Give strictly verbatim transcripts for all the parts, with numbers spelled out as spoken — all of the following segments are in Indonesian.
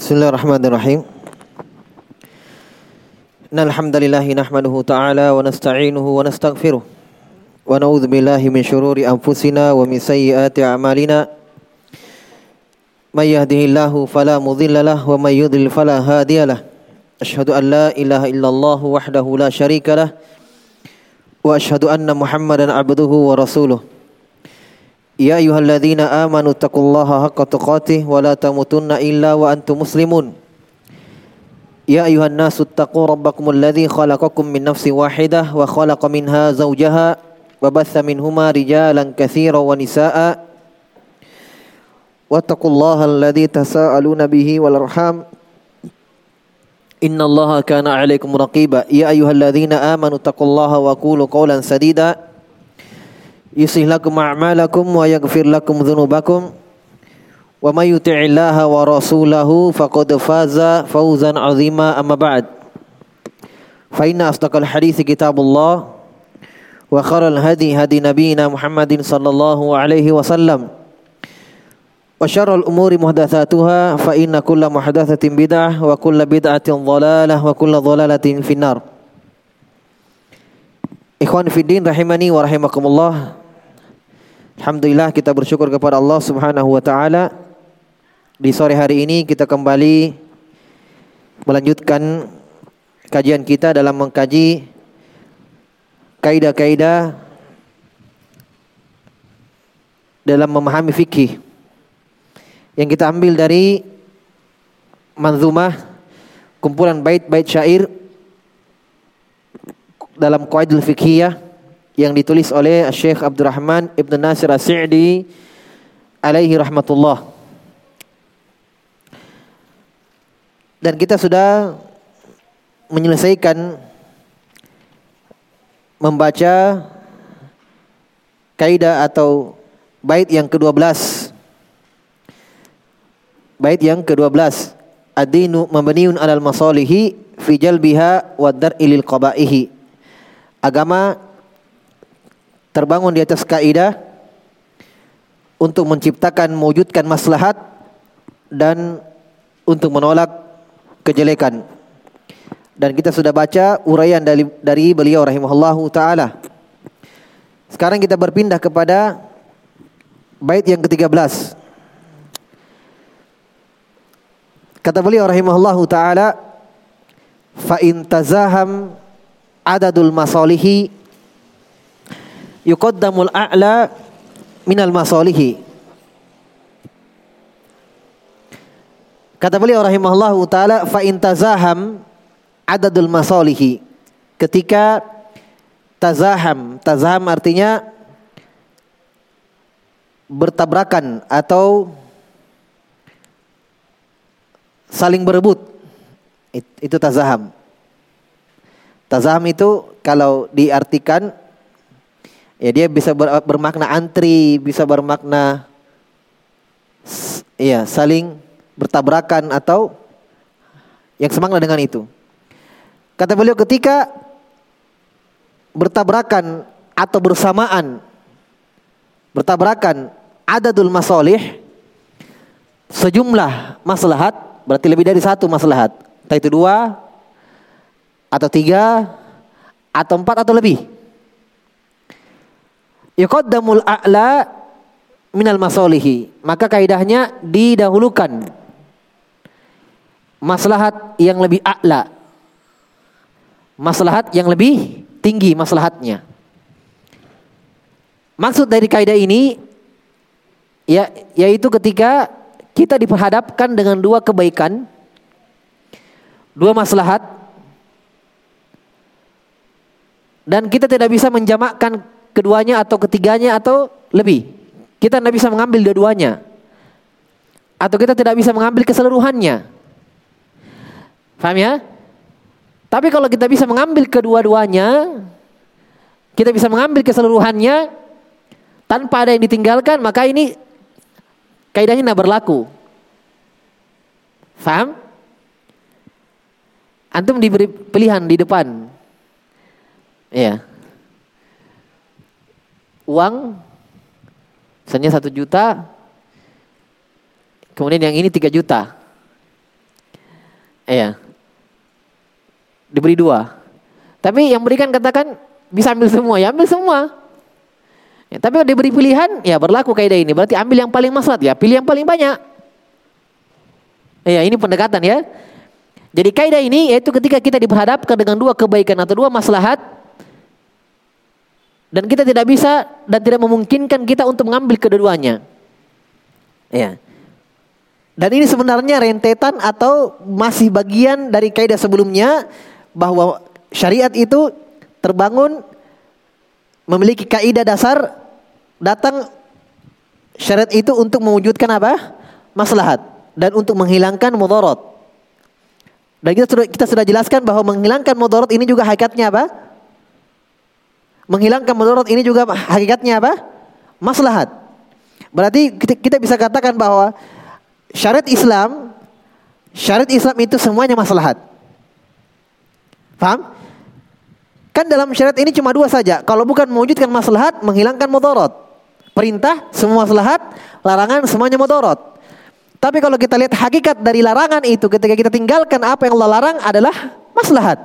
Bismillahirrahmanirrahim. Innal hamdalillahi nahmaduhu ta'ala wa nasta'inuhu wa nastaghfiruh. Wa na'udzu billahi min shururi anfusina wa min sayyiati a'malina. May yahdihillahu fala mudilla lahu wa may yudlil fala hadiyalah. Asyhadu an la ilaha illallah wahdahu la syarika lah. Wa asyhadu anna Muhammadan abduhu wa rasuluh. Ya ayyuhalladzina amanu taqullaha haqqa tuqatih wa la tamutunna illa wa antum muslimun. Ya ayyuhan nasu taqu rabbakumul ladzi khalaqakum min nafsin wahidah wa khalaqa minha zawjaha wa batha minhuma rijalan katsiran wa nisaa'a. Wattaqullaha alladzi tasaaluna bihi wal arham. Innallaha kana 'alaikum raqiba. Ya ayyuhalladzina amanu taqullaha wa qulu qawlan sadida. Yuslih lakum a'malakum wa yaghfir lakum dhunubakum wa may yuti'illaha wa rasulahu faqad faza fawzan 'azima amma ba'd. Fa inna asdaqal hadithi kitabullah wa khairal hadi hadi nabiyyina Muhammadin sallallahu alaihi wasallam wa syarrul umuri muhdatsatuha fa inna kulla muhdatsatin bid'ah wa kulla bid'atin dhalalah wa kulla dhalalatin finnar. Ikhwan fiddin rahimani wa rahimakumullah. Alhamdulillah kita bersyukur kepada Allah Subhanahu wa taala. Di sore hari ini kita kembali melanjutkan kajian kita dalam mengkaji kaidah-kaidah dalam memahami fikih yang kita ambil dari manzumah, kumpulan bait-bait syair dalam Qawaidul Fiqhiyah yang ditulis oleh Syekh Abdurrahman Ibn Nasir As-Sa'di alaihi rahmatullah. Dan kita sudah menyelesaikan membaca kaidah atau bait yang kedua belas. Bait yang kedua belas. Ad-dinu mabniun 'alal masalihi fi jalbiha wa dar'i lil qaba'ihi. Agama terbangun di atas kaidah untuk menciptakan, mewujudkan maslahat dan untuk menolak kejelekan. Dan kita sudah baca uraian dari, dari beliau rahimahullahu ta'ala. Sekarang kita berpindah kepada bait yang ketiga belas. Kata beliau rahimahullahu ta'ala, fa in tazaham adadul masalihi yuqaddamul a'la minal masalihi. Kata beliau rahimahullahu ta'ala, fa in tazaham adadul masalihi. Ketika tazaham, tazaham artinya bertabrakan atau saling berebut. Itu tazaham. Tazaham itu kalau diartikan, ya dia bisa ber, bermakna antri, bisa bermakna ya saling bertabrakan atau yang semakna dengan itu. Kata beliau ketika bertabrakan atau bersamaan, bertabrakan adadul masalih, sejumlah maslahat, berarti lebih dari satu maslahat, entah itu dua atau tiga atau empat atau lebih. Yuqaddamul a'la minal masalihi, maka kaidahnya didahulukan maslahat yang lebih a'la, maslahat yang lebih tinggi maslahatnya. Maksud dari kaidah ini ya, yaitu ketika kita diperhadapkan dengan dua kebaikan, dua maslahat, dan kita tidak bisa menjamakkan keduanya atau ketiganya atau lebih. Kita tidak bisa mengambil dua-duanya, atau kita tidak bisa mengambil keseluruhannya. Paham ya? Tapi kalau kita bisa mengambil kedua-duanya, kita bisa mengambil keseluruhannya tanpa ada yang ditinggalkan, maka ini kaidahnya tidak berlaku. Paham? Antum diberi pilihan di depan. Iya. Uang misalnya satu juta, kemudian yang ini tiga juta. Iya. Diberi dua. Tapi yang berikan katakan bisa ambil semua, ya ambil semua. Ya, tapi kalau diberi pilihan, ya berlaku kaidah ini. Berarti ambil yang paling maslahat, ya pilih yang paling banyak. Ya, ini pendekatan ya. Jadi kaidah ini yaitu ketika kita diperhadapkan dengan dua kebaikan atau dua maslahat, dan kita tidak bisa dan tidak memungkinkan kita untuk mengambil kedua-duanya. Ya. Dan ini sebenarnya rentetan atau masih bagian dari kaidah sebelumnya, bahwa syariat itu terbangun memiliki kaidah dasar, datang syariat itu untuk mewujudkan apa? Maslahat dan untuk menghilangkan mudarat. Dan kita sudah kita sudah jelaskan bahwa menghilangkan mudarat ini juga hakikatnya apa? Menghilangkan mudarat ini juga hakikatnya apa? Maslahat. Berarti kita, kita bisa katakan bahwa syariat Islam, syariat Islam itu semuanya maslahat. Paham? Kan dalam syariat ini cuma dua saja. Kalau bukan mewujudkan maslahat, menghilangkan mudarat. Perintah semua maslahat, larangan semuanya mudarat. Tapi kalau kita lihat hakikat dari larangan itu, ketika kita tinggalkan apa yang Allah larang adalah maslahat.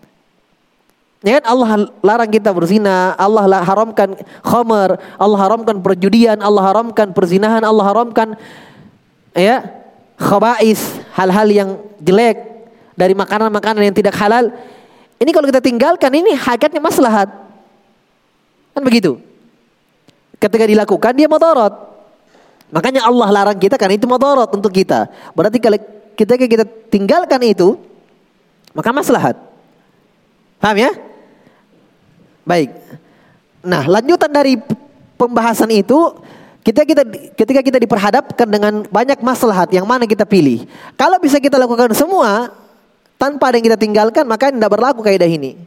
Ya kan, Allah larang kita berzina, Allah haramkan khamar, Allah haramkan perjudian, Allah haramkan perzinahan, Allah haramkan ya khaba'is, hal-hal yang jelek dari makanan-makanan yang tidak halal. Ini kalau kita tinggalkan, ini hakikatnya maslahat. Kan begitu. Ketika dilakukan dia mudarat. Makanya Allah larang kita karena itu mudarat untuk kita. Berarti kalau ketika kita tinggalkan itu, maka maslahat. Paham ya? Baik. Nah, lanjutan dari pembahasan itu, kita kita ketika kita diperhadapkan dengan banyak maslahat, yang mana kita pilih? Kalau bisa kita lakukan semua tanpa ada yang kita tinggalkan, maka tidak berlaku kaidah ini.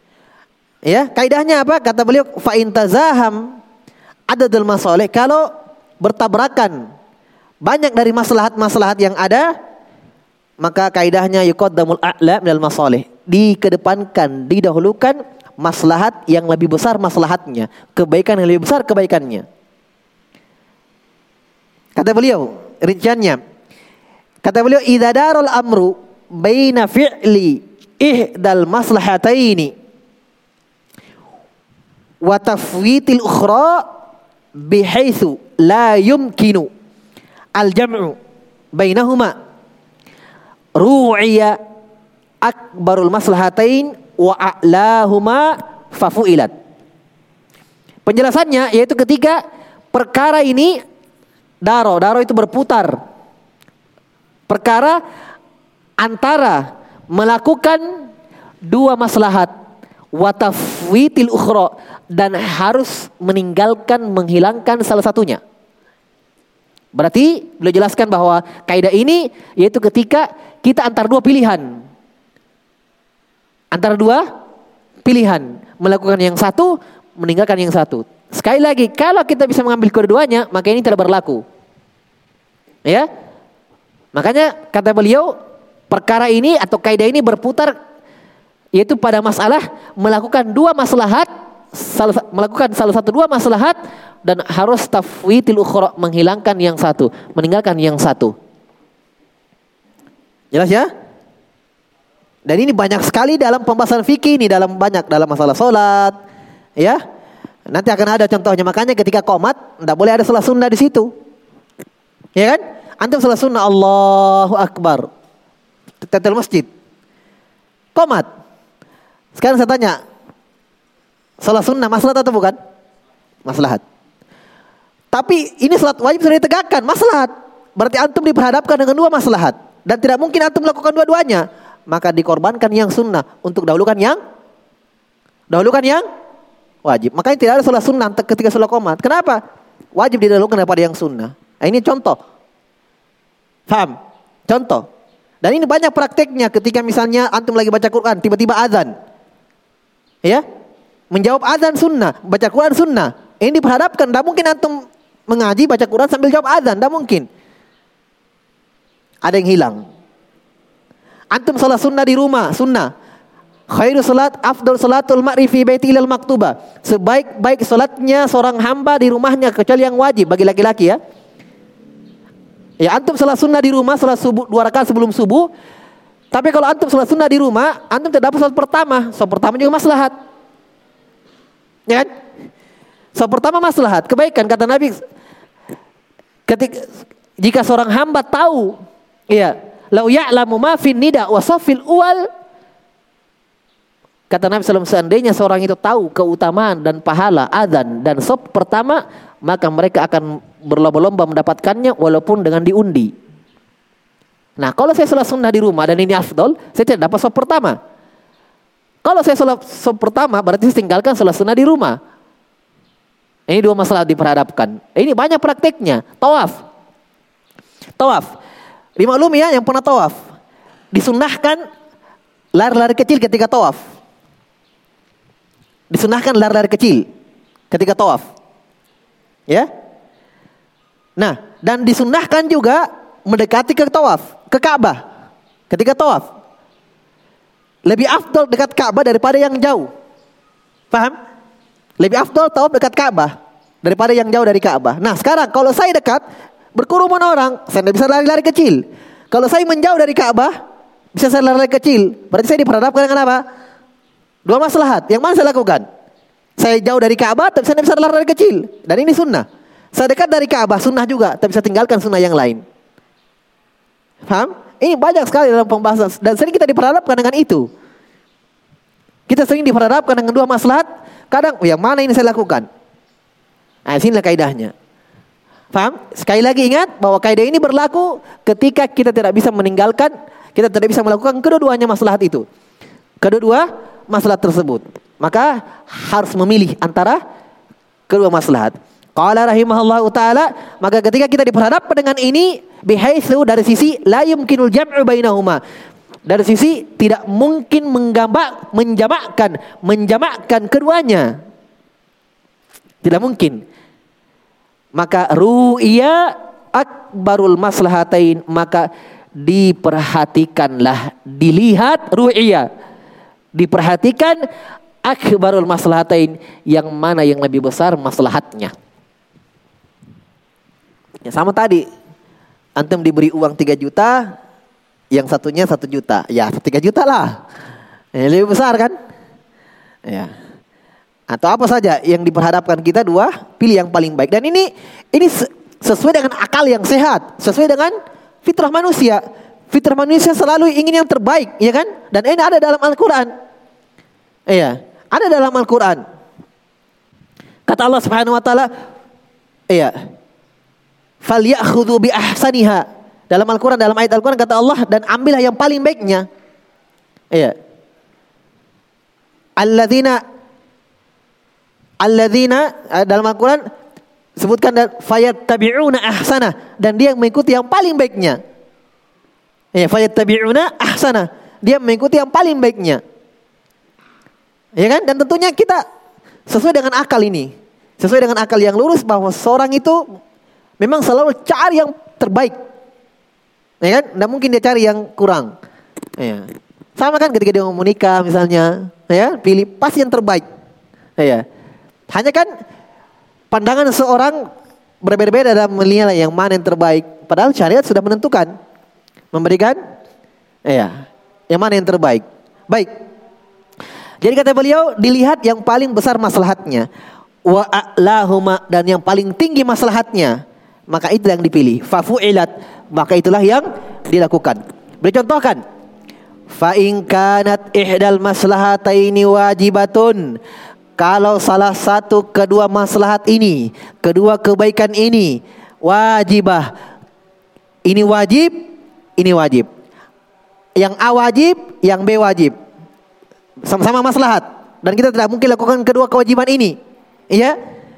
Ya, kaidahnya apa? Kata beliau, fa in tazaham adadul masalih, kalau bertabrakan banyak dari maslahat-maslahat yang ada, maka kaidahnya yuqaddamul a'la minal masalih, dikedepankan, didahulukan maslahat yang lebih besar maslahatnya, kebaikan yang lebih besar kebaikannya. Kata beliau, rinciannya, kata beliau, idza daral amru baina fi'li ihdal maslahataini wa tafwitil ukhra bihaitsu la yumkinu al-jam'u bainahuma ru'iya akbarul maslahatain wa a'lahuma fafu'ilat. Penjelasannya yaitu ketika perkara ini daro, daro itu berputar. Perkara antara melakukan dua maslahat wa tafwitil ukhra, dan harus meninggalkan, menghilangkan salah satunya. Berarti beliau jelaskan bahwa kaidah ini yaitu ketika kita antara dua pilihan. Antara dua pilihan, melakukan yang satu, meninggalkan yang satu. Sekali lagi, kalau kita bisa mengambil kedua-duanya, maka ini tidak berlaku. Ya. Makanya kata beliau, perkara ini atau kaidah ini berputar yaitu pada masalah melakukan dua maslahat, salah, melakukan salah satu dua maslahat, dan harus tafwitil ukhra, menghilangkan yang satu, meninggalkan yang satu. Jelas ya? Dan ini banyak sekali dalam pembahasan fikih ini, dalam banyak dalam masalah salat, ya. Nanti akan ada contohnya. Makanya ketika qomat enggak boleh ada salat sunnah di situ. Ya kan? Antum salat sunnah Allahu Akbar, tetel masjid, qomat. Sekarang saya tanya, salat sunnah maslahat atau bukan? Maslahat. Tapi ini salat wajib sudah ditegakkan, maslahat. Berarti antum diperhadapkan dengan dua maslahat, dan tidak mungkin antum melakukan dua-duanya. Maka dikorbankan yang sunnah untuk dahulukan yang dahulukan yang wajib. Makanya tidak ada salat sunnah ketika salat qomat. Kenapa? Wajib didahulukan daripada yang sunnah. Nah, ini contoh. Paham? Contoh. Dan ini banyak prakteknya ketika misalnya antum lagi baca Quran, tiba-tiba azan. Ya? Menjawab azan sunnah, baca Quran sunnah. Ini diperhadapkan. Tidak mungkin antum mengaji, baca Quran sambil jawab azan. Tidak mungkin. Ada yang hilang. Antum salat sunnah di rumah, sunnah. Khairu salat afdal salatul ma'ri fi baiti ilal maktubah. Sebaik-baik salatnya seorang hamba di rumahnya, kecuali yang wajib bagi laki-laki ya. Ya, antum salat sunnah di rumah, salat subuh dua rakaat sebelum subuh. Tapi kalau antum sholat sunnah di rumah, antum tidak dapat sholat pertama. Sholat pertama juga maslahat. Ya kan? Sholat pertama maslahat, kebaikan. Kata Nabi, ketika jika seorang hamba tahu, iya, lau ya'lamu ma fin nida wa safil uwal, kata Nabi sallallahu alaihi wasallam, seandainya seorang itu tahu keutamaan dan pahala adzan dan shaf pertama, maka mereka akan berlomba-lomba mendapatkannya walaupun dengan diundi. Nah, kalau saya sholat sunnah di rumah dan ini afdol, saya tidak dapat shaf pertama. Kalau saya sholat shaf pertama, berarti saya tinggalkan sholat sunnah di rumah. Ini dua masalah diperhadapkan. Ini banyak prakteknya. Tawaf. Tawaf. Dimaklumi ya yang pernah tawaf. Disunnahkan lari-lari kecil ketika tawaf. Disunnahkan lari-lari kecil ketika tawaf. Ya. Nah, dan disunnahkan juga mendekati ke tawaf, ke Ka'bah ketika tawaf. Lebih afdol dekat Ka'bah daripada yang jauh. Paham? Lebih afdol tawaf dekat Ka'bah daripada yang jauh dari Ka'bah. Nah, sekarang kalau saya dekat berkerumun orang, saya tidak bisa lari-lari kecil. Kalau saya menjauh dari Ka'bah, bisa saya lari-lari kecil. Berarti saya diperhadapkan dengan apa? Dua maslahat. Yang mana saya lakukan? Saya jauh dari Ka'bah, tapi saya tidak bisa lari-lari kecil. Dan ini sunnah. Saya dekat dari Ka'bah, sunnah juga, tapi bisa tinggalkan sunnah yang lain. Paham? Ini banyak sekali dalam pembahasan. Dan sering kita diperhadapkan dengan itu. Kita sering diperhadapkan dengan dua maslahat. Kadang, oh, yang mana ini saya lakukan? Nah, sinilah kaidahnya. Paham? Sekali lagi ingat bahwa kaidah ini berlaku ketika kita tidak bisa meninggalkan, kita tidak bisa melakukan kedua-duanya maslahat itu. Kedua maslahat tersebut. Maka harus memilih antara kedua maslahat. Qala rahimahullahu ta'ala, maka ketika kita diperhadapkan dengan ini, bihaitsu dari sisi la yumkinul jam'u bainahuma. Dari sisi tidak mungkin menggambak, menjamakkan, menjamakkan keduanya. Tidak mungkin. Maka ru'ya akbarul maslahatain, maka diperhatikanlah, dilihat ru'ya, diperhatikan akbarul maslahatain, yang mana yang lebih besar maslahatnya. Ya, sama tadi, antum diberi uang tiga juta, yang satunya satu juta, ya tiga juta lah, ya, lebih besar kan? Ya. Atau apa saja yang diperhadapkan kita dua, pilih yang paling baik. Dan ini ini sesuai dengan akal yang sehat, sesuai dengan fitrah manusia. Fitrah manusia selalu ingin yang terbaik, ya kan? Dan ini ada dalam Al-Quran. Iya, ada dalam Al-Quran. Kata Allah Subhanahu Wa Taala, iya, falyakhudhu bi ahsaniha. Dalam Al-Quran, dalam ayat Al-Quran kata Allah, dan ambillah yang paling baiknya. Iya. Alladzina Alladzina dalam Al-Quran sebutkan dan fayattabi'una ahsana, dan dia mengikuti yang paling baiknya. Ya, fayattabi'una ahsana, dia mengikuti yang paling baiknya. Ya kan? Dan tentunya kita sesuai dengan akal ini. Sesuai dengan akal yang lurus bahwa seorang itu memang selalu cari yang terbaik. Ya kan? Tidak mungkin dia cari yang kurang. Ya. Sama kan ketika dia mau menikah misalnya, ya, pilih pasti yang terbaik. Ya. Hanya kan pandangan seorang berbeda-beda dalam menilai yang mana yang terbaik. Padahal syariat sudah menentukan, memberikan, ya, yang mana yang terbaik. Baik. Jadi kata beliau, dilihat yang paling besar maslahatnya, wa a'lahuma, dan yang paling tinggi maslahatnya, maka itu yang dipilih. Fafu'ilat, maka itulah yang dilakukan. Beri contohkan. Fa in kanat ihdal maslahataini wajibatun. Kalau salah satu kedua maslahat ini, kedua kebaikan ini wajibah, ini wajib, ini wajib. Yang A wajib, yang B wajib. Sama-sama maslahat, dan kita tidak mungkin lakukan kedua kewajiban ini. Iya.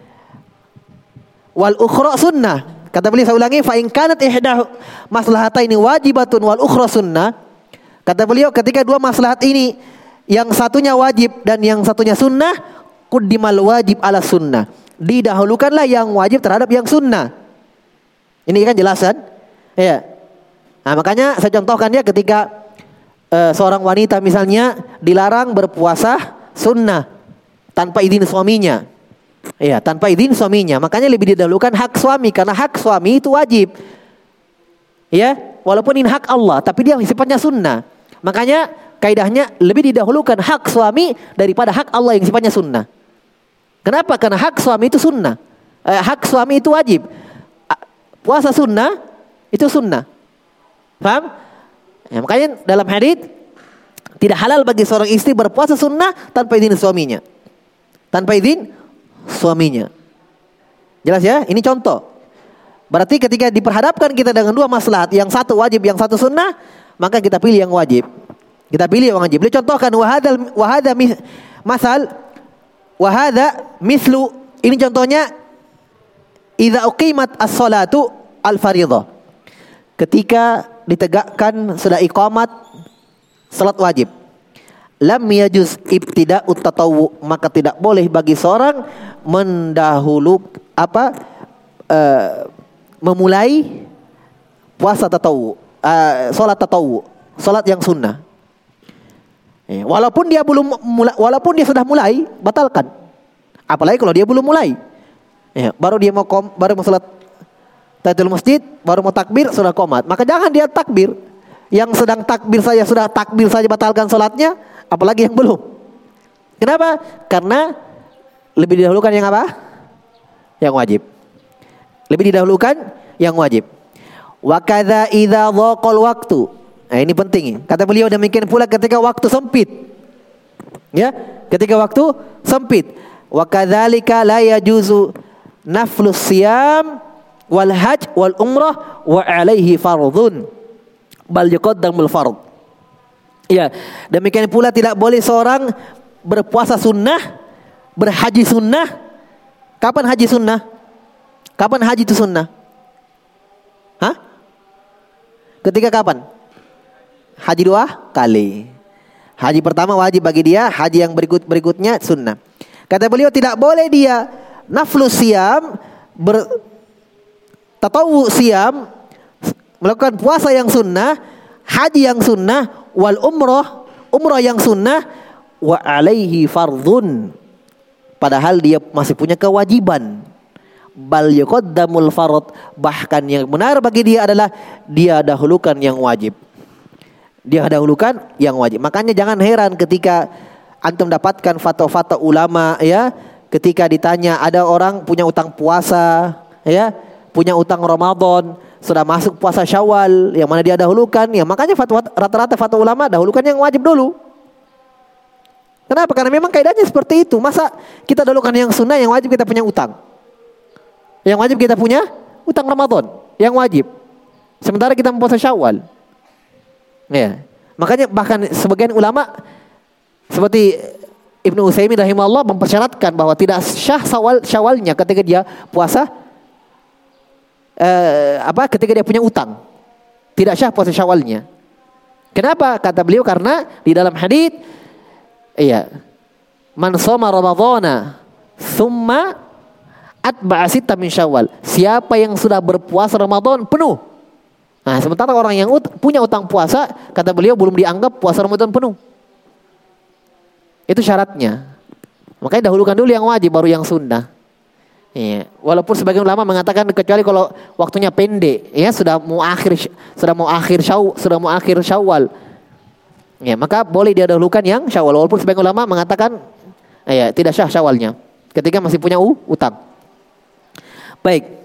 Wal ukhra sunnah. Kata beliau, saya ulangi, fa in kanat ihda maslahataini wajibatun wal ukhra sunnah. Kata beliau, ketika dua maslahat ini yang satunya wajib dan yang satunya sunnah, quddimal wajib ala sunnah, didahulukanlah yang wajib terhadap yang sunnah. Ini kan jelas kan? Ya. Nah, makanya saya contohkan ya, ketika uh, seorang wanita misalnya dilarang berpuasa sunnah tanpa izin suaminya. Ya, tanpa izin suaminya, makanya lebih didahulukan hak suami, karena hak suami itu wajib. Ya, walaupun ini hak Allah, tapi dia sifatnya sunnah. Makanya kaidahnya lebih didahulukan hak suami daripada hak Allah yang sifatnya sunnah. Kenapa? Karena hak suami itu sunnah. Eh, hak suami itu wajib. Puasa sunnah itu sunnah. Paham? Ya, makanya dalam hadits tidak halal bagi seorang istri berpuasa sunnah tanpa izin suaminya. Tanpa izin suaminya. Jelas ya? Ini contoh. Berarti ketika diperhadapkan kita dengan dua maslahat, yang satu wajib, yang satu sunnah, maka kita pilih yang wajib. Kita pilih yang wajib. Beliau contohkan wahada wahada masal wahada mislu, ini contohnya idza uqimat as-salatu al-fardhah. Ketika ditegakkan sudah iqamat salat wajib, lam yajuz ibtida'ut tatawwu, maka tidak boleh bagi seorang mendahulu apa uh, memulai puasa tatawwu, uh, salat tatawwu, salat yang sunnah. Eh, walaupun dia belum mulai, walaupun dia sudah mulai, batalkan. Apalagi kalau dia belum mulai. Ya, baru dia mau kom, baru mau salat tahiyatul masjid, baru mau takbir sudah qomat. Maka jangan dia takbir. Yang sedang takbir saja sudah takbir saja batalkan salatnya, apalagi yang belum. Kenapa? Karena lebih didahulukan yang apa? Yang wajib. Lebih didahulukan yang wajib. Wa kadza idza dhaqal waktu. Nah, ini penting. Kata beliau demikian pula ketika waktu sempit. Ya, ketika waktu sempit. Wa kadzalika la yajuzu naflus siyam wal hajj wal umrah wa alaihi fardhun bal yuqaddamul fard. Ya, demikian pula tidak boleh seorang berpuasa sunnah, berhaji sunnah. Kapan haji sunnah? Kapan haji itu sunnah? Hah? Ketika kapan? Haji dua kali. Haji pertama wajib bagi dia, haji yang berikut berikutnya sunnah. Kata beliau tidak boleh dia naflus siyam, ber tatawwu siyam, melakukan puasa yang sunnah, haji yang sunnah, wal umrah, umrah yang sunnah, wa alaihi fardhun, padahal dia masih punya kewajiban. Bal yuqaddamul fard, bahkan yang benar bagi dia adalah dia dahulukan yang wajib. Dia dahulukan yang wajib. Makanya jangan heran ketika antum dapatkan fatwa-fatwa ulama, ya, ketika ditanya ada orang punya utang puasa, ya, punya utang Ramadan, sudah masuk puasa Syawal, yang mana dia dahulukan, ya makanya fatwa rata-rata fatwa ulama dahulukan yang wajib dulu. Kenapa? Karena memang kaidahnya seperti itu. Masa kita dahulukan yang sunnah, yang wajib kita punya utang. Yang wajib kita punya utang Ramadan, yang wajib. Sementara kita mempuasa Syawal. Ya. Makanya bahkan sebagian ulama seperti Ibnu Utsaimin rahimahullah mempersyaratkan bahwa tidak syah syawal, syawalnya ketika dia puasa eh, apa ketika dia punya utang. Tidak syah puasa syawalnya. Kenapa? Kata beliau karena di dalam hadits, iya, man shoma ramadhana thumma atba'a sitta min syawal. Siapa yang sudah berpuasa Ramadan penuh. Nah, sementara orang yang ut- punya utang puasa, kata beliau belum dianggap puasa Ramadan penuh. Itu syaratnya. Makanya dahulukan dulu yang wajib baru yang sunnah. Iya. Walaupun sebagian ulama mengatakan kecuali kalau waktunya pendek, ya sudah mau akhir sudah mau akhir syaw, sudah mau akhir Syawal. Ya, maka boleh dia dahulukan yang Syawal. Walaupun sebagian ulama mengatakan ya tidak syah Syawalnya ketika masih punya u, utang. Baik.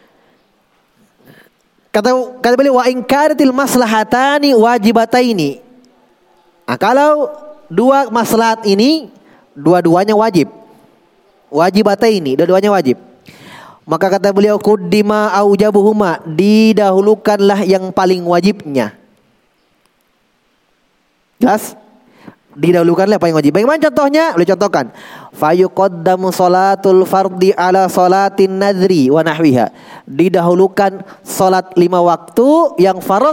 Kata kata beliau wa inkaratil maslahatani wajibataini. Nah, kalau dua maslahat ini dua-duanya wajib. Wajibataini, dua-duanya wajib. Maka kata beliau kuddima aujabuhuma, didahulukanlah yang paling wajibnya. Jelas? Didahulukanlah yang paling wajib. Bagaimana contohnya? Boleh contohkan. Fayuqaddamu salatul fardi ala salatin nadri wa nahwiha. Didahulukan salat lima waktu yang farad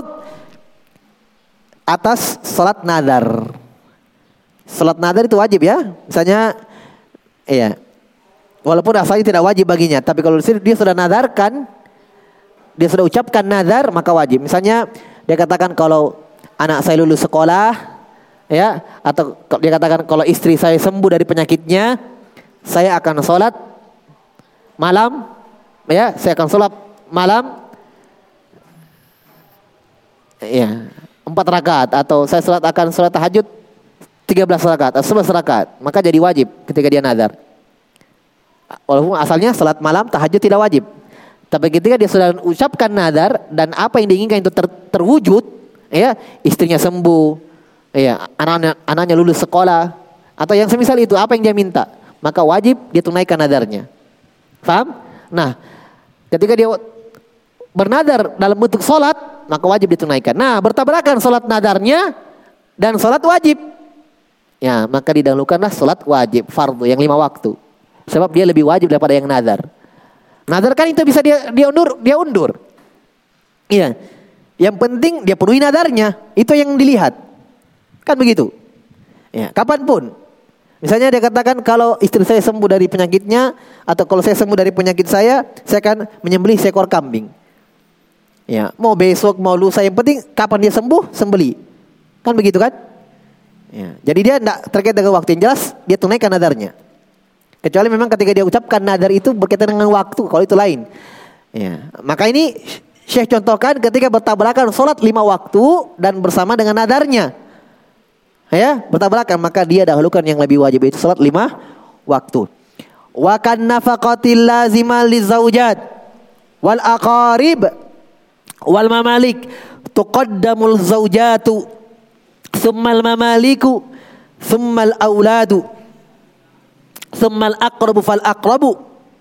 atas salat nadar. Salat nadar itu wajib ya. Misalnya iya. Walaupun asalnya tidak wajib baginya, tapi kalau dia sudah nadarkan, dia sudah ucapkan nadar, maka wajib. Misalnya dia katakan kalau anak saya lulus sekolah, ya, atau dia katakan kalau istri saya sembuh dari penyakitnya, saya akan sholat malam, ya, saya akan sholat malam, ya, empat rakaat atau saya salat akan salat tahajud tiga belas rakaat atau sebelas rakaat, maka jadi wajib ketika dia nazar. Walaupun asalnya salat malam tahajud tidak wajib. Tapi ketika dia sudah ucapkan nazar dan apa yang diinginkan itu ter, terwujud, ya, istrinya sembuh, ya, anaknya anaknya lulus sekolah atau yang semisal itu, apa yang dia minta, maka wajib dia tunaikan nazarnya. Paham? Nah, ketika dia bernadar dalam bentuk solat, maka wajib ditunaikan. Nah, bertabrakan solat nadarnya dan solat wajib, ya, maka didahulukanlah solat wajib fardu yang lima waktu. Sebab dia lebih wajib daripada yang nadar. Nadar kan itu bisa dia dia undur, dia undur. Iya. Yang penting dia penuhi nadarnya, itu yang dilihat. Kan begitu. Ya, kapanpun. Misalnya dia katakan kalau istri saya sembuh dari penyakitnya atau kalau saya sembuh dari penyakit saya, saya akan menyembelih seekor kambing. Ya, mau besok, mau lusa, yang penting kapan dia sembuh, sembeli. Kan begitu kan? Ya, jadi dia tidak terkait dengan waktu, yang jelas dia tunaikan nadarnya. Kecuali memang ketika dia ucapkan nadar itu berkaitan dengan waktu, kalau itu lain. Ya, maka ini Syekh contohkan ketika bertabrakan solat lima waktu dan bersama dengan nadarnya. Ya, bertabrakan, maka dia dahulukan yang lebih wajib, itu solat lima waktu. Wa kan nafaqatil lazimah lizaujat wal aqarib wal mamalik tuqaddamul zaujatu thummal mamaliku thummal auladu thummal aqrabu fal aqrabu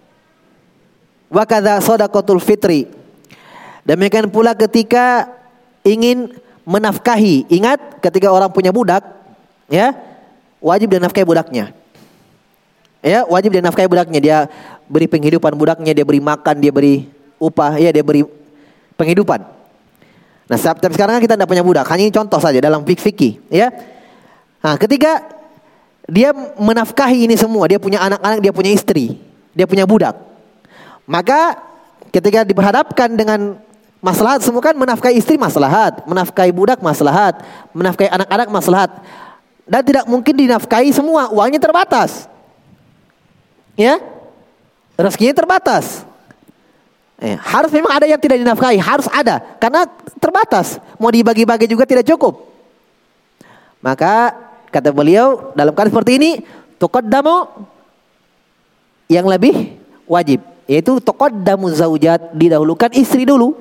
wa kadza shadaqatul fitri. Demikian pula ketika ingin menafkahi, ingat ketika orang punya budak, ya, wajib dia nafkahi budaknya. Ya, wajib dia nafkahi budaknya, dia beri penghidupan budaknya, dia beri makan, dia beri upah, ya, dia beri penghidupan. Nah, tapi sekarang kan kita tidak punya budak, hanya ini contoh saja dalam fikih, ya. Nah, ketika dia menafkahi ini semua, dia punya anak-anak, dia punya istri, dia punya budak. Maka ketika diperhadapkan dengan maslahat, semua kan menafkahi istri maslahat, menafkahi budak maslahat, menafkahi anak-anak maslahat. Dan tidak mungkin dinafkahi semua, uangnya terbatas. Ya, rezekinya terbatas. Eh, harus memang ada yang tidak dinafkahi, harus ada, karena terbatas. Mau dibagi-bagi juga tidak cukup. Maka kata beliau dalam keadaan seperti ini, tuqaddamu yang lebih wajib, yaitu tuqaddamu zaujat, didahulukan istri dulu.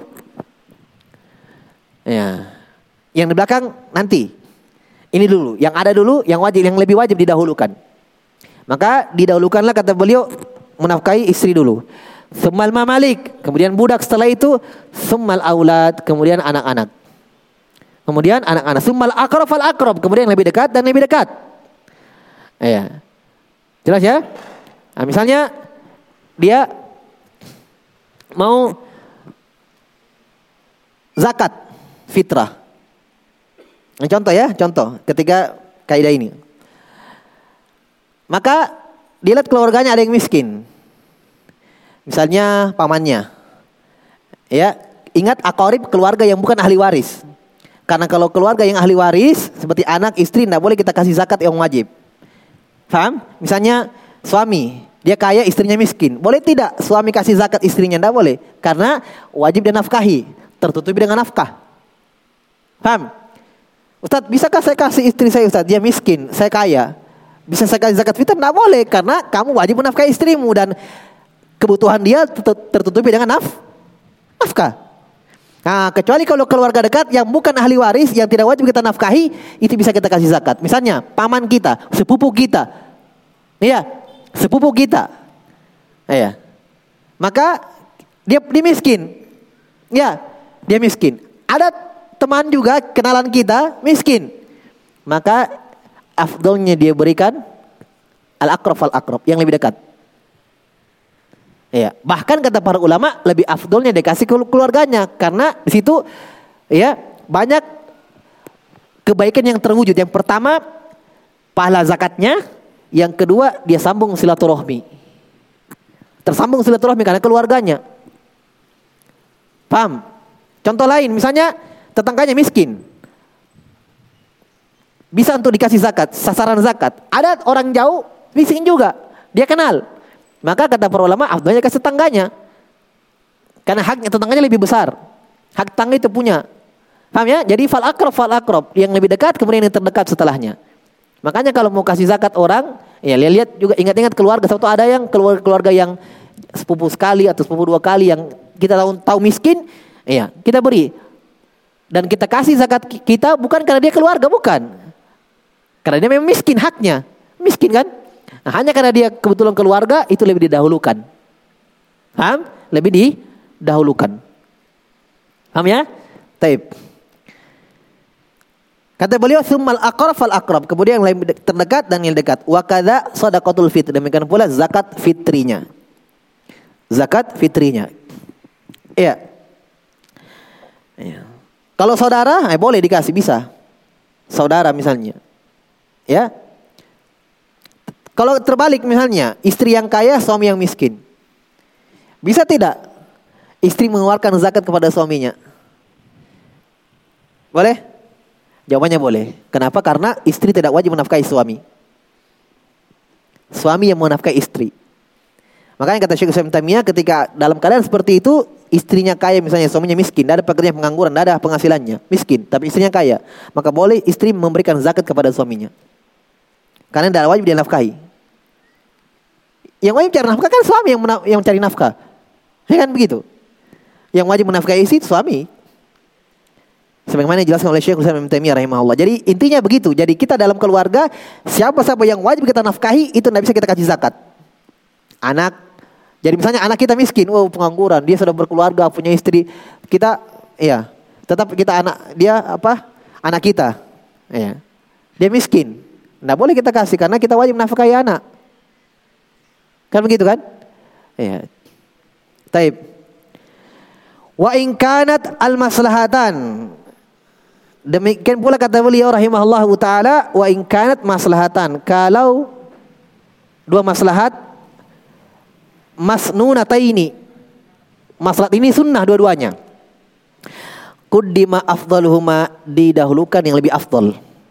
Ya, yang di belakang nanti. Ini dulu, yang ada dulu, yang wajib, yang lebih wajib didahulukan. Maka didahulukanlah kata beliau menafkahi istri dulu. Summal mamalik, kemudian budak, setelah itu summal aulad, kemudian anak-anak. Kemudian anak-anak, summal aqrab fal aqrab, kemudian yang lebih dekat dan lebih dekat. Ya. Jelas ya? Nah, misalnya dia mau zakat fitrah. Contoh ya, contoh ketika kaidah ini. Maka dilihat keluarganya ada yang miskin. Misalnya pamannya. Ya, ingat aqarib keluarga yang bukan ahli waris. Karena kalau keluarga yang ahli waris seperti anak, istri, tidak boleh kita kasih zakat yang wajib. Paham? Misalnya suami, dia kaya, istrinya miskin. Boleh tidak suami kasih zakat istrinya? Tidak boleh. Karena wajib dia nafkahi, tertutupi dengan nafkah. Paham? Ustadz, bisakah saya kasih istri saya, Ustadz? Dia miskin, saya kaya. Bisa saya kasih zakat fitrah? Tidak boleh, karena kamu wajib menafkahi istrimu dan kebutuhan dia tertutupi dengan naf nafkah. Nah, kecuali kalau keluarga dekat yang bukan ahli waris, yang tidak wajib kita nafkahi, itu bisa kita kasih zakat. Misalnya paman kita, sepupu kita, iya, sepupu kita, iya. Maka dia, dia miskin, ya, dia miskin. Ada teman juga kenalan kita miskin, maka afdolnya dia berikan al-aqrab al-aqrab, yang lebih dekat. Ya, bahkan kata para ulama lebih afdolnya dikasih ke keluarganya, karena di situ ya banyak kebaikan yang terwujud. Yang pertama pahala zakatnya, yang kedua dia sambung silaturahmi. Tersambung silaturahmi karena keluarganya. Paham? Contoh lain, misalnya tetangganya miskin, bisa untuk dikasih zakat, sasaran zakat. Ada orang jauh miskin juga, dia kenal. Maka kata para ulama afdalnya kasih tetangganya. Karena haknya tetangganya lebih besar. Hak tetangga itu punya Paham ya? Jadi fal aqrab fal aqrab, yang lebih dekat kemudian yang terdekat setelahnya. Makanya kalau mau kasih zakat orang, ya lihat juga ingat-ingat keluarga. Satu ada yang keluarga keluarga yang sepupu sekali atau sepupu dua kali yang kita tahu, tahu miskin, ya kita beri. Dan kita kasih zakat kita bukan karena dia keluarga, bukan. Karena dia memang miskin, haknya. Miskin kan? Nah, hanya karena dia kebetulan keluarga, itu lebih didahulukan. Paham? Lebih didahulukan. Paham ya? Taib. Kata beliau, summal aqrab fal aqrab. Kemudian yang lebih terdekat dan yang dekat. Wa kadza shadaqatul fitr. Demikian pula zakat fitrinya. Zakat fitrinya. Iya. Iya. Kalau saudara, eh, boleh dikasih, bisa. Saudara misalnya. Ya. Kalau terbalik misalnya, istri yang kaya, suami yang miskin. Bisa tidak istri mengeluarkan zakat kepada suaminya? Boleh? Jawabannya boleh. Kenapa? Karena istri tidak wajib menafkahi suami. Suami yang menafkahi istri. Makanya kata Syekh Islam Taimiyah, ketika dalam keadaan seperti itu, istrinya kaya misalnya, suaminya miskin, tidak ada pekerjaan, pengangguran, tidak ada penghasilannya, miskin, tapi istrinya kaya, maka boleh istri memberikan zakat kepada suaminya. Karena tidak wajib dia nafkahi. Yang wajib cari nafkah kan suami yang, menaf- yang cari nafkah. Ya kan begitu. Yang wajib menafkahi istri itu suami. Sebagaimana dijelaskan oleh Syekh Islam Taimiyah rahimahullah. Jadi intinya begitu. Jadi kita dalam keluarga, siapa-siapa yang wajib kita nafkahi, itu tidak bisa kita kasih zakat. Anak, jadi misalnya anak kita miskin, oh pengangguran, dia sudah berkeluarga, punya istri, kita, ya, tetap kita anak dia apa? Anak kita, ya, dia miskin, tidak boleh kita kasih karena kita wajib nafkahi anak, kan begitu kan? Ya, taib. Wa in kanat al maslahatan, demikian pula kata beliau rahimahullahu taala, wa in kanat maslahatan, kalau dua maslahat masnunataini, maslahat ini sunnah dua-duanya, kuddima afdaluhuma, didahulukan yang lebih afdal.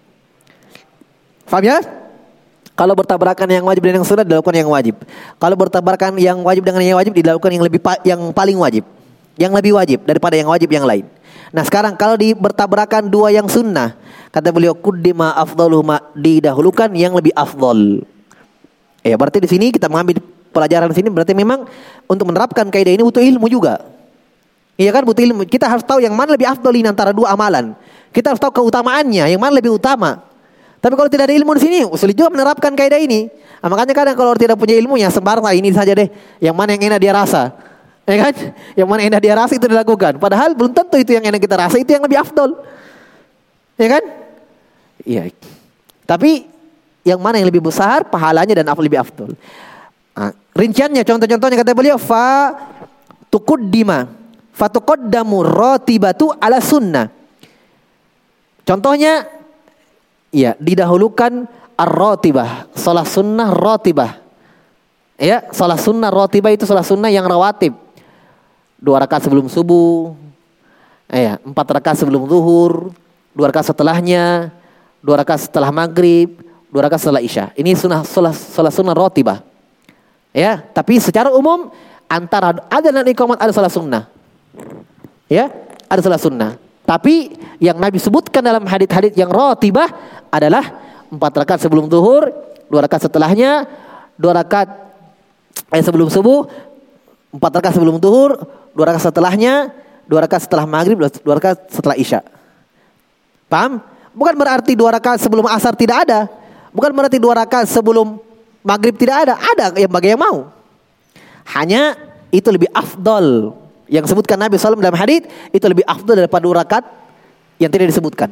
Faham ya? Kalau bertabrakan yang wajib dengan yang sunnah, dilakukan yang wajib. Kalau bertabrakan yang wajib dengan yang wajib, dilakukan yang lebih yang paling wajib, yang lebih wajib daripada yang wajib yang lain. Nah sekarang kalau di bertabrakan dua yang sunnah, kata beliau kuddima afdaluhuma, didahulukan yang lebih afdal. Ya berarti di sini kita mengambil pelajaran di sini, berarti memang untuk menerapkan kaidah ini butuh ilmu juga. Iya kan, butuh ilmu. Kita harus tahu yang mana lebih afdal ini antara dua amalan. Kita harus tahu keutamaannya, yang mana lebih utama. Tapi kalau tidak ada ilmu di sini, sulit juga menerapkan kaidah ini. Nah, makanya kadang kalau tidak punya ilmu, ya sembarang ini saja deh. Yang mana yang enak dia rasa, ya kan? Yang mana enak dia rasa itu dilakukan. Padahal belum tentu itu yang enak kita rasa itu yang lebih afdal, ya kan? Iya. Tapi yang mana yang lebih besar pahalanya dan lebih afdal. Nah, rinciannya, contoh-contohnya kata beliau, fa tuqaddima fa tuqaddamu ratibatu ala sunnah. Contohnya, ya didahulukan ar-ratibah, salat sunnah ratibah. Ya, salat sunnah ratibah itu salat sunnah yang rawatib. Dua rakaat sebelum subuh, ya, empat rakaat sebelum zuhur, dua rakaat setelahnya, dua rakaat setelah maghrib, dua rakaat setelah isya. Ini sunnah salat salat sunnah ratibah. Ya, tapi secara umum antara adzan dan iqamat ada salat sunnah. Ya, ada salat sunnah. Tapi yang Nabi sebutkan dalam hadits-hadits yang ratibah adalah empat rakaat sebelum zuhur, dua rakaat setelahnya, dua rakaat eh, sebelum subuh, empat rakaat sebelum zuhur, dua rakaat setelahnya, dua rakaat setelah maghrib, dua rakaat setelah isya. Paham? Bukan berarti dua rakaat sebelum asar tidak ada. Bukan berarti dua rakaat sebelum maghrib tidak ada, ada yang bagi yang mau. Hanya itu lebih afdal. Yang sebutkan Nabi shallallahu alaihi wasallam dalam hadits itu lebih afdal daripada dua rakaat yang tidak disebutkan.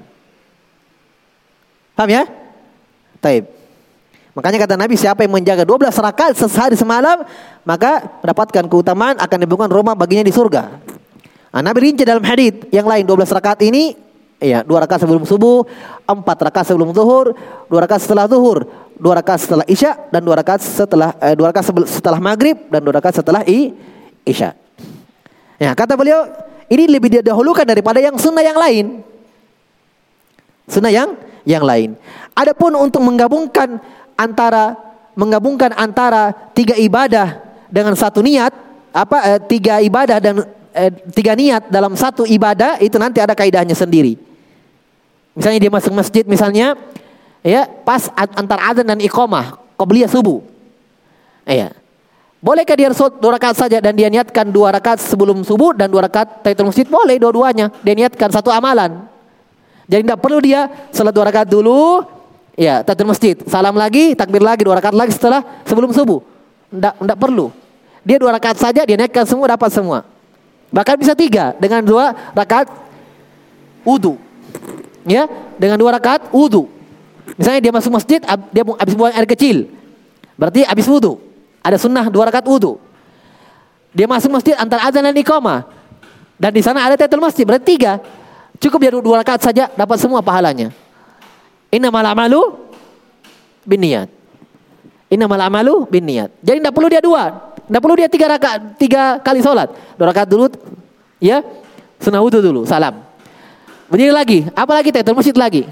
Paham ya? Taib. Makanya kata Nabi, siapa yang menjaga dua belas rakaat sehari semalam, maka mendapatkan keutamaan, akan dibukakan rumah baginya di surga. Nah, Nabi rinci dalam hadits yang lain, dua belas rakaat ini, ya, dua rakaat sebelum subuh, empat rakaat sebelum zuhur, dua rakaat setelah zuhur, dua rakaat setelah isya, dan dua rakaat setelah eh, dua rakaat setelah maghrib, dan dua rakaat setelah i, isya. Ya, kata beliau, ini lebih didahulukan daripada yang sunnah yang lain. Sunnah yang yang lain. Adapun untuk menggabungkan antara menggabungkan antara tiga ibadah dengan satu niat, apa eh, tiga ibadah dan eh, tiga niat dalam satu ibadah itu nanti ada kaidahnya sendiri. Misalnya dia masuk masjid misalnya, ya pas antar azan dan iqamah, qobliyah subuh. Iya. Bolehkah dia sholat dua rakaat saja dan dia niatkan dua rakaat sebelum subuh dan dua rakaat tahiyatul masjid? Boleh dua-duanya. Dia niatkan satu amalan. Jadi tidak perlu dia sholat dua rakaat dulu, ya tahiyatul masjid, salam lagi, takbir lagi, dua rakaat lagi setelah sebelum subuh. Tidak, tidak perlu. Dia dua rakaat saja, dia niatkan semua, dapat semua. Bahkan bisa tiga dengan dua rakaat wudu. Ya, dengan dua rakaat wudu. Misalnya dia masuk masjid, dia habis buang air kecil, berarti habis wudu. Ada sunnah dua rakaat wudu. Dia masuk masjid antar azan dan iqamah, dan di sana ada tahiyatul masjid, berarti tiga. Cukup dia dua rakaat saja, dapat semua pahalanya. Innamal a'malu binniyat. Innamal a'malu binniyat. Jadi tidak perlu dia dua. Tidak perlu dia tiga rakaat, tiga kali sholat. Dua rakaat dulu, ya, sunnah wudu dulu, salam. Berdiri lagi, apa lagi tahiyatul masjid lagi.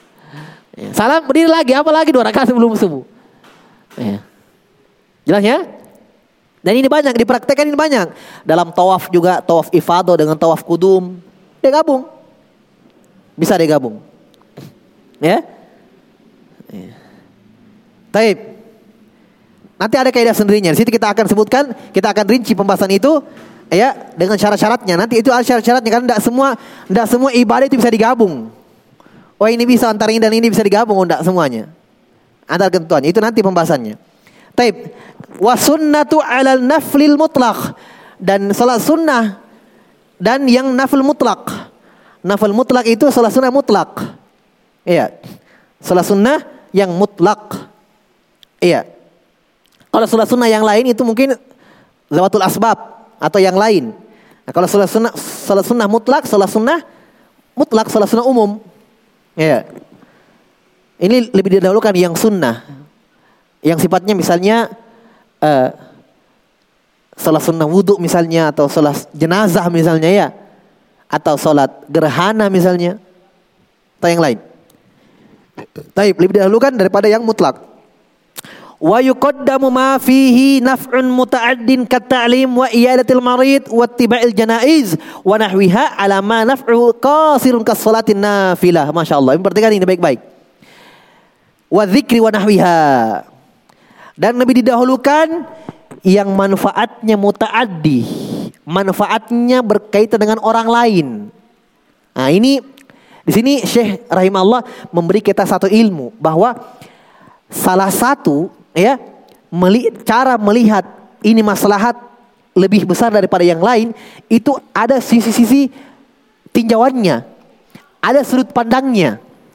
Ya, salam, berdiri lagi, apa lagi dua rakaat sebelum subuh. Ya. Jelas ya? Dan ini banyak dipraktekkan, ini banyak. Dalam tawaf juga, tawaf ifadah dengan tawaf kudum, dia gabung. Bisa dia gabung. Ya? Ya. Taib. Nanti ada kaidah sendirinya. Di situ kita akan sebutkan, kita akan rinci pembahasan itu, ya, dengan syarat-syaratnya. Nanti itu ada syarat-syaratnya, karena tidak semua, tidak semua ibadah itu bisa digabung. Oh ini bisa antara ini dan ini bisa digabung, oh tidak semuanya. Antara ketentuan. Itu nanti pembahasannya. Taib. Wa sunnatu 'alal naflil mutlaq, dan salat sunnah dan yang nafil mutlak. Nafil mutlak itu salat sunnah mutlak. Iya. Salat sunnah yang mutlak. Iya. Kalau salat sunnah yang lain itu mungkin zawatul asbab atau yang lain. Nah, kalau salat sunnah, salat sunnah mutlak, salat sunnah mutlak, salat sunnah umum. Iya. Ini lebih didahulukan yang sunnah, yang sifatnya misalnya uh, salat sunnah wudhu misalnya, atau salat jenazah misalnya, ya, atau salat gerhana misalnya, atau yang lain. Taib, lebih didahulukan daripada yang mutlak. Wa yuqaddamu ma fihi naf'un muta'addin kat-ta'lim wa iyadatil marid wa ittiba'il janaiz wa nahwiha ala ma naf'u qasirun kas-salatin nafilah. Masyaallah. Ini perhatikan ini baik-baik. Wa dzikri wa nahwiha. Dan lebih didahulukan yang manfaatnya muta'addi, manfaatnya berkaitan dengan orang lain. Nah, ini di sini Syekh rahimahullah memberi kita satu ilmu bahwa salah satu, ya, meli- cara melihat ini maslahat lebih besar daripada yang lain, itu ada sisi-sisi tinjauannya, ada sudut pandangnya,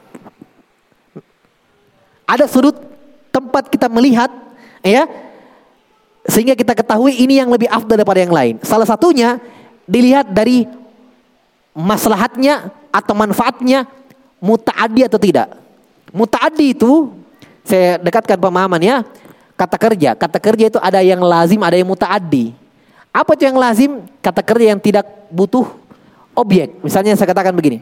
ada sudut tempat kita melihat, ya, sehingga kita ketahui ini yang lebih afdal daripada yang lain. Salah satunya dilihat dari maslahatnya atau manfaatnya muta'addi atau tidak. Muta'addi itu, saya dekatkan pemahamannya, kata kerja. Kata kerja itu ada yang lazim, ada yang muta'addi. Apa itu yang lazim? Kata kerja yang tidak butuh objek. Misalnya saya katakan begini.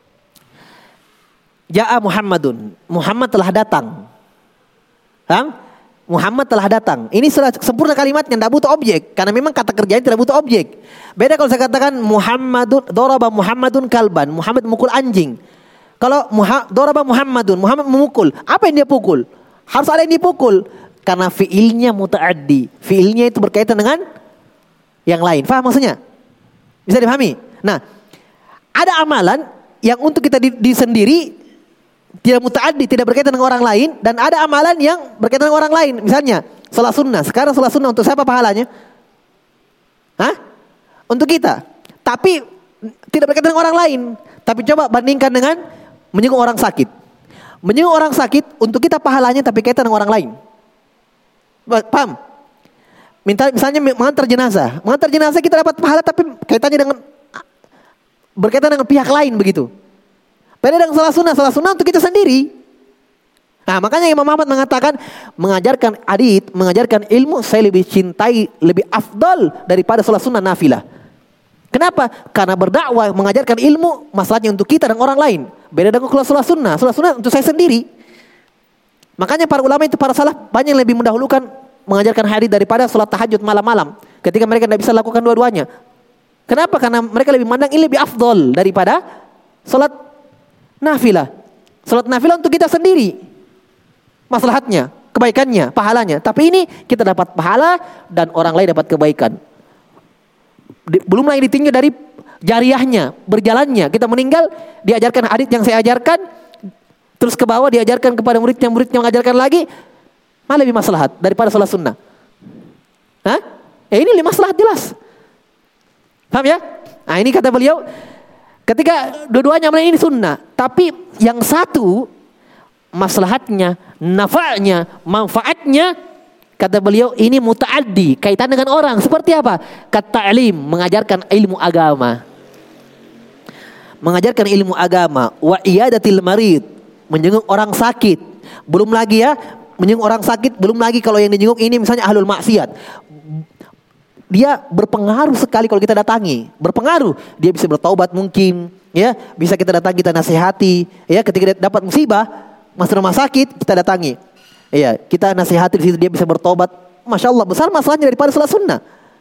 Ja'a Muhammadun. Muhammad telah datang. Hah? Muhammad telah datang. Ini sudah sempurna kalimatnya, tidak butuh objek. Karena memang kata kerjanya tidak butuh objek. Beda kalau saya katakan Muhammadun, doraba Muhammadun kalban. Muhammad memukul anjing. Kalau doraba Muhammadun, Muhammad memukul, apa yang dia pukul? Harus ada yang dipukul. Karena fiilnya muta'addi. Fiilnya itu berkaitan dengan yang lain. Faham maksudnya? Bisa dipahami? Nah, ada amalan yang untuk kita di, di sendiri tidak muta'addi, tidak berkaitan dengan orang lain. Dan ada amalan yang berkaitan dengan orang lain. Misalnya, salat sunnah. Sekarang salat sunnah untuk siapa pahalanya? Hah? Untuk kita. Tapi tidak berkaitan dengan orang lain. Tapi coba bandingkan dengan menyinggung orang sakit. Menyinggung orang sakit untuk kita pahalanya, tapi kaitan dengan orang lain. Paham? Minta, misalnya mengantar jenazah. Mengantar jenazah kita dapat pahala, tapi kaitannya dengan berkaitan dengan pihak lain begitu. Beda dengan salat sunnah. Salat sunnah untuk kita sendiri. Nah, makanya Imam Ahmad mengatakan mengajarkan hadits, mengajarkan ilmu saya lebih cintai, lebih afdal daripada salat sunnah nafilah. Kenapa? Karena berdakwah, mengajarkan ilmu, masalahnya untuk kita dan orang lain. Beda dengan kalau salat sunnah. Salat sunnah untuk saya sendiri. Makanya para ulama itu, para salaf banyak yang lebih mendahulukan mengajarkan hadis daripada salat tahajud malam-malam. Ketika mereka tidak bisa lakukan dua-duanya. Kenapa? Karena mereka lebih mandang ini lebih afdol daripada salat nafilah. Salat nafilah untuk kita sendiri, maslahatnya, kebaikannya, pahalanya. Tapi ini kita dapat pahala dan orang lain dapat kebaikan. Belum lagi ditinjau dari jariahnya, berjalannya. Kita meninggal, diajarkan hadits yang saya ajarkan, terus ke bawah diajarkan kepada muridnya, muridnya mengajarkan lagi, malah lebih maslahat daripada salat sunnah. Hah? Ya ini lebih maslahat jelas. Paham ya? Nah ini kata beliau, ketika dua-duanya ini sunnah, tapi yang satu maslahatnya, nafa'nya, manfaatnya, kata beliau ini muta'addi, kaitan dengan orang. Seperti apa? Kat-ta'lim, mengajarkan ilmu agama. Mengajarkan ilmu agama, wa iyadatil marid, menjenguk orang sakit. Belum lagi ya, menjenguk orang sakit, belum lagi kalau yang dijenguk ini misalnya ahlul maksiat. Dia berpengaruh sekali kalau kita datangi. Berpengaruh. Dia bisa bertaubat mungkin, ya, bisa kita datangi, kita nasihati, ya, ketika dia dapat musibah, masuk rumah sakit, kita datangi. Iya, kita nasihati di situ, dia bisa bertobat. Masya Allah, besar masalahnya daripada salat sunnah.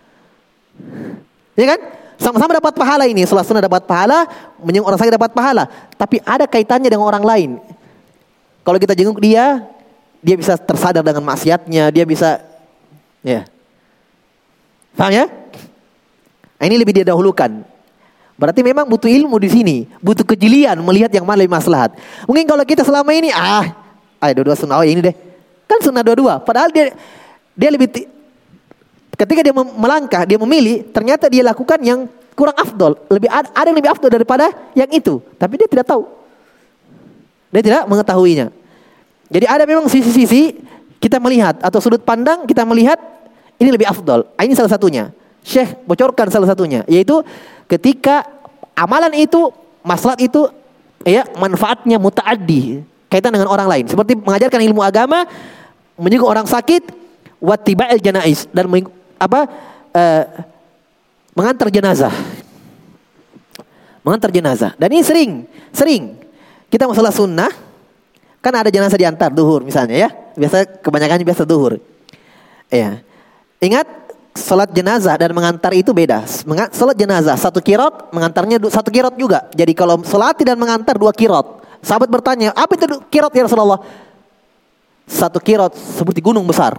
Ya kan? Sama-sama dapat pahala ini. Salat sunnah dapat pahala, menjenguk orang sakit dapat pahala. Tapi ada kaitannya dengan orang lain. Kalau kita jenguk dia, dia bisa tersadar dengan maksiatnya, dia bisa, ya. Paham ya? Nah, ini lebih didahulukan. Berarti memang butuh ilmu di sini, butuh kejelian melihat yang mana lebih maslahat. Mungkin kalau kita selama ini, ah, ayo dua-dua sunnah, oh ini deh. Kan sunnah dua-dua. Padahal dia dia lebih ketika dia melangkah, dia memilih, ternyata dia lakukan yang kurang afdol. Lebih ada, ada yang lebih afdol daripada yang itu. Tapi dia tidak tahu. Dia tidak mengetahuinya. Jadi ada memang sisi-sisi kita melihat atau sudut pandang kita melihat ini lebih afdol. Ini salah satunya. Syekh bocorkan salah satunya, yaitu ketika amalan itu, maslahat itu, ya, manfaatnya muta'addi, kaitan dengan orang lain. Seperti mengajarkan ilmu agama, menjenguk orang sakit, wattiba'il janaiz, dan meng, apa uh, mengantar jenazah. Mengantar jenazah. Dan ini sering, sering kita masalah sunnah, kan ada jenazah diantar duhur misalnya, ya. Biasa kebanyakannya biasa duhur. Ya. Ingat, salat jenazah dan mengantar itu beda. Salat jenazah satu kirot, mengantarnya satu kirot juga. Jadi kalau salati dan mengantar dua kirot. Sahabat bertanya, apa itu kirot ya Rasulullah? Satu kirot seperti gunung besar.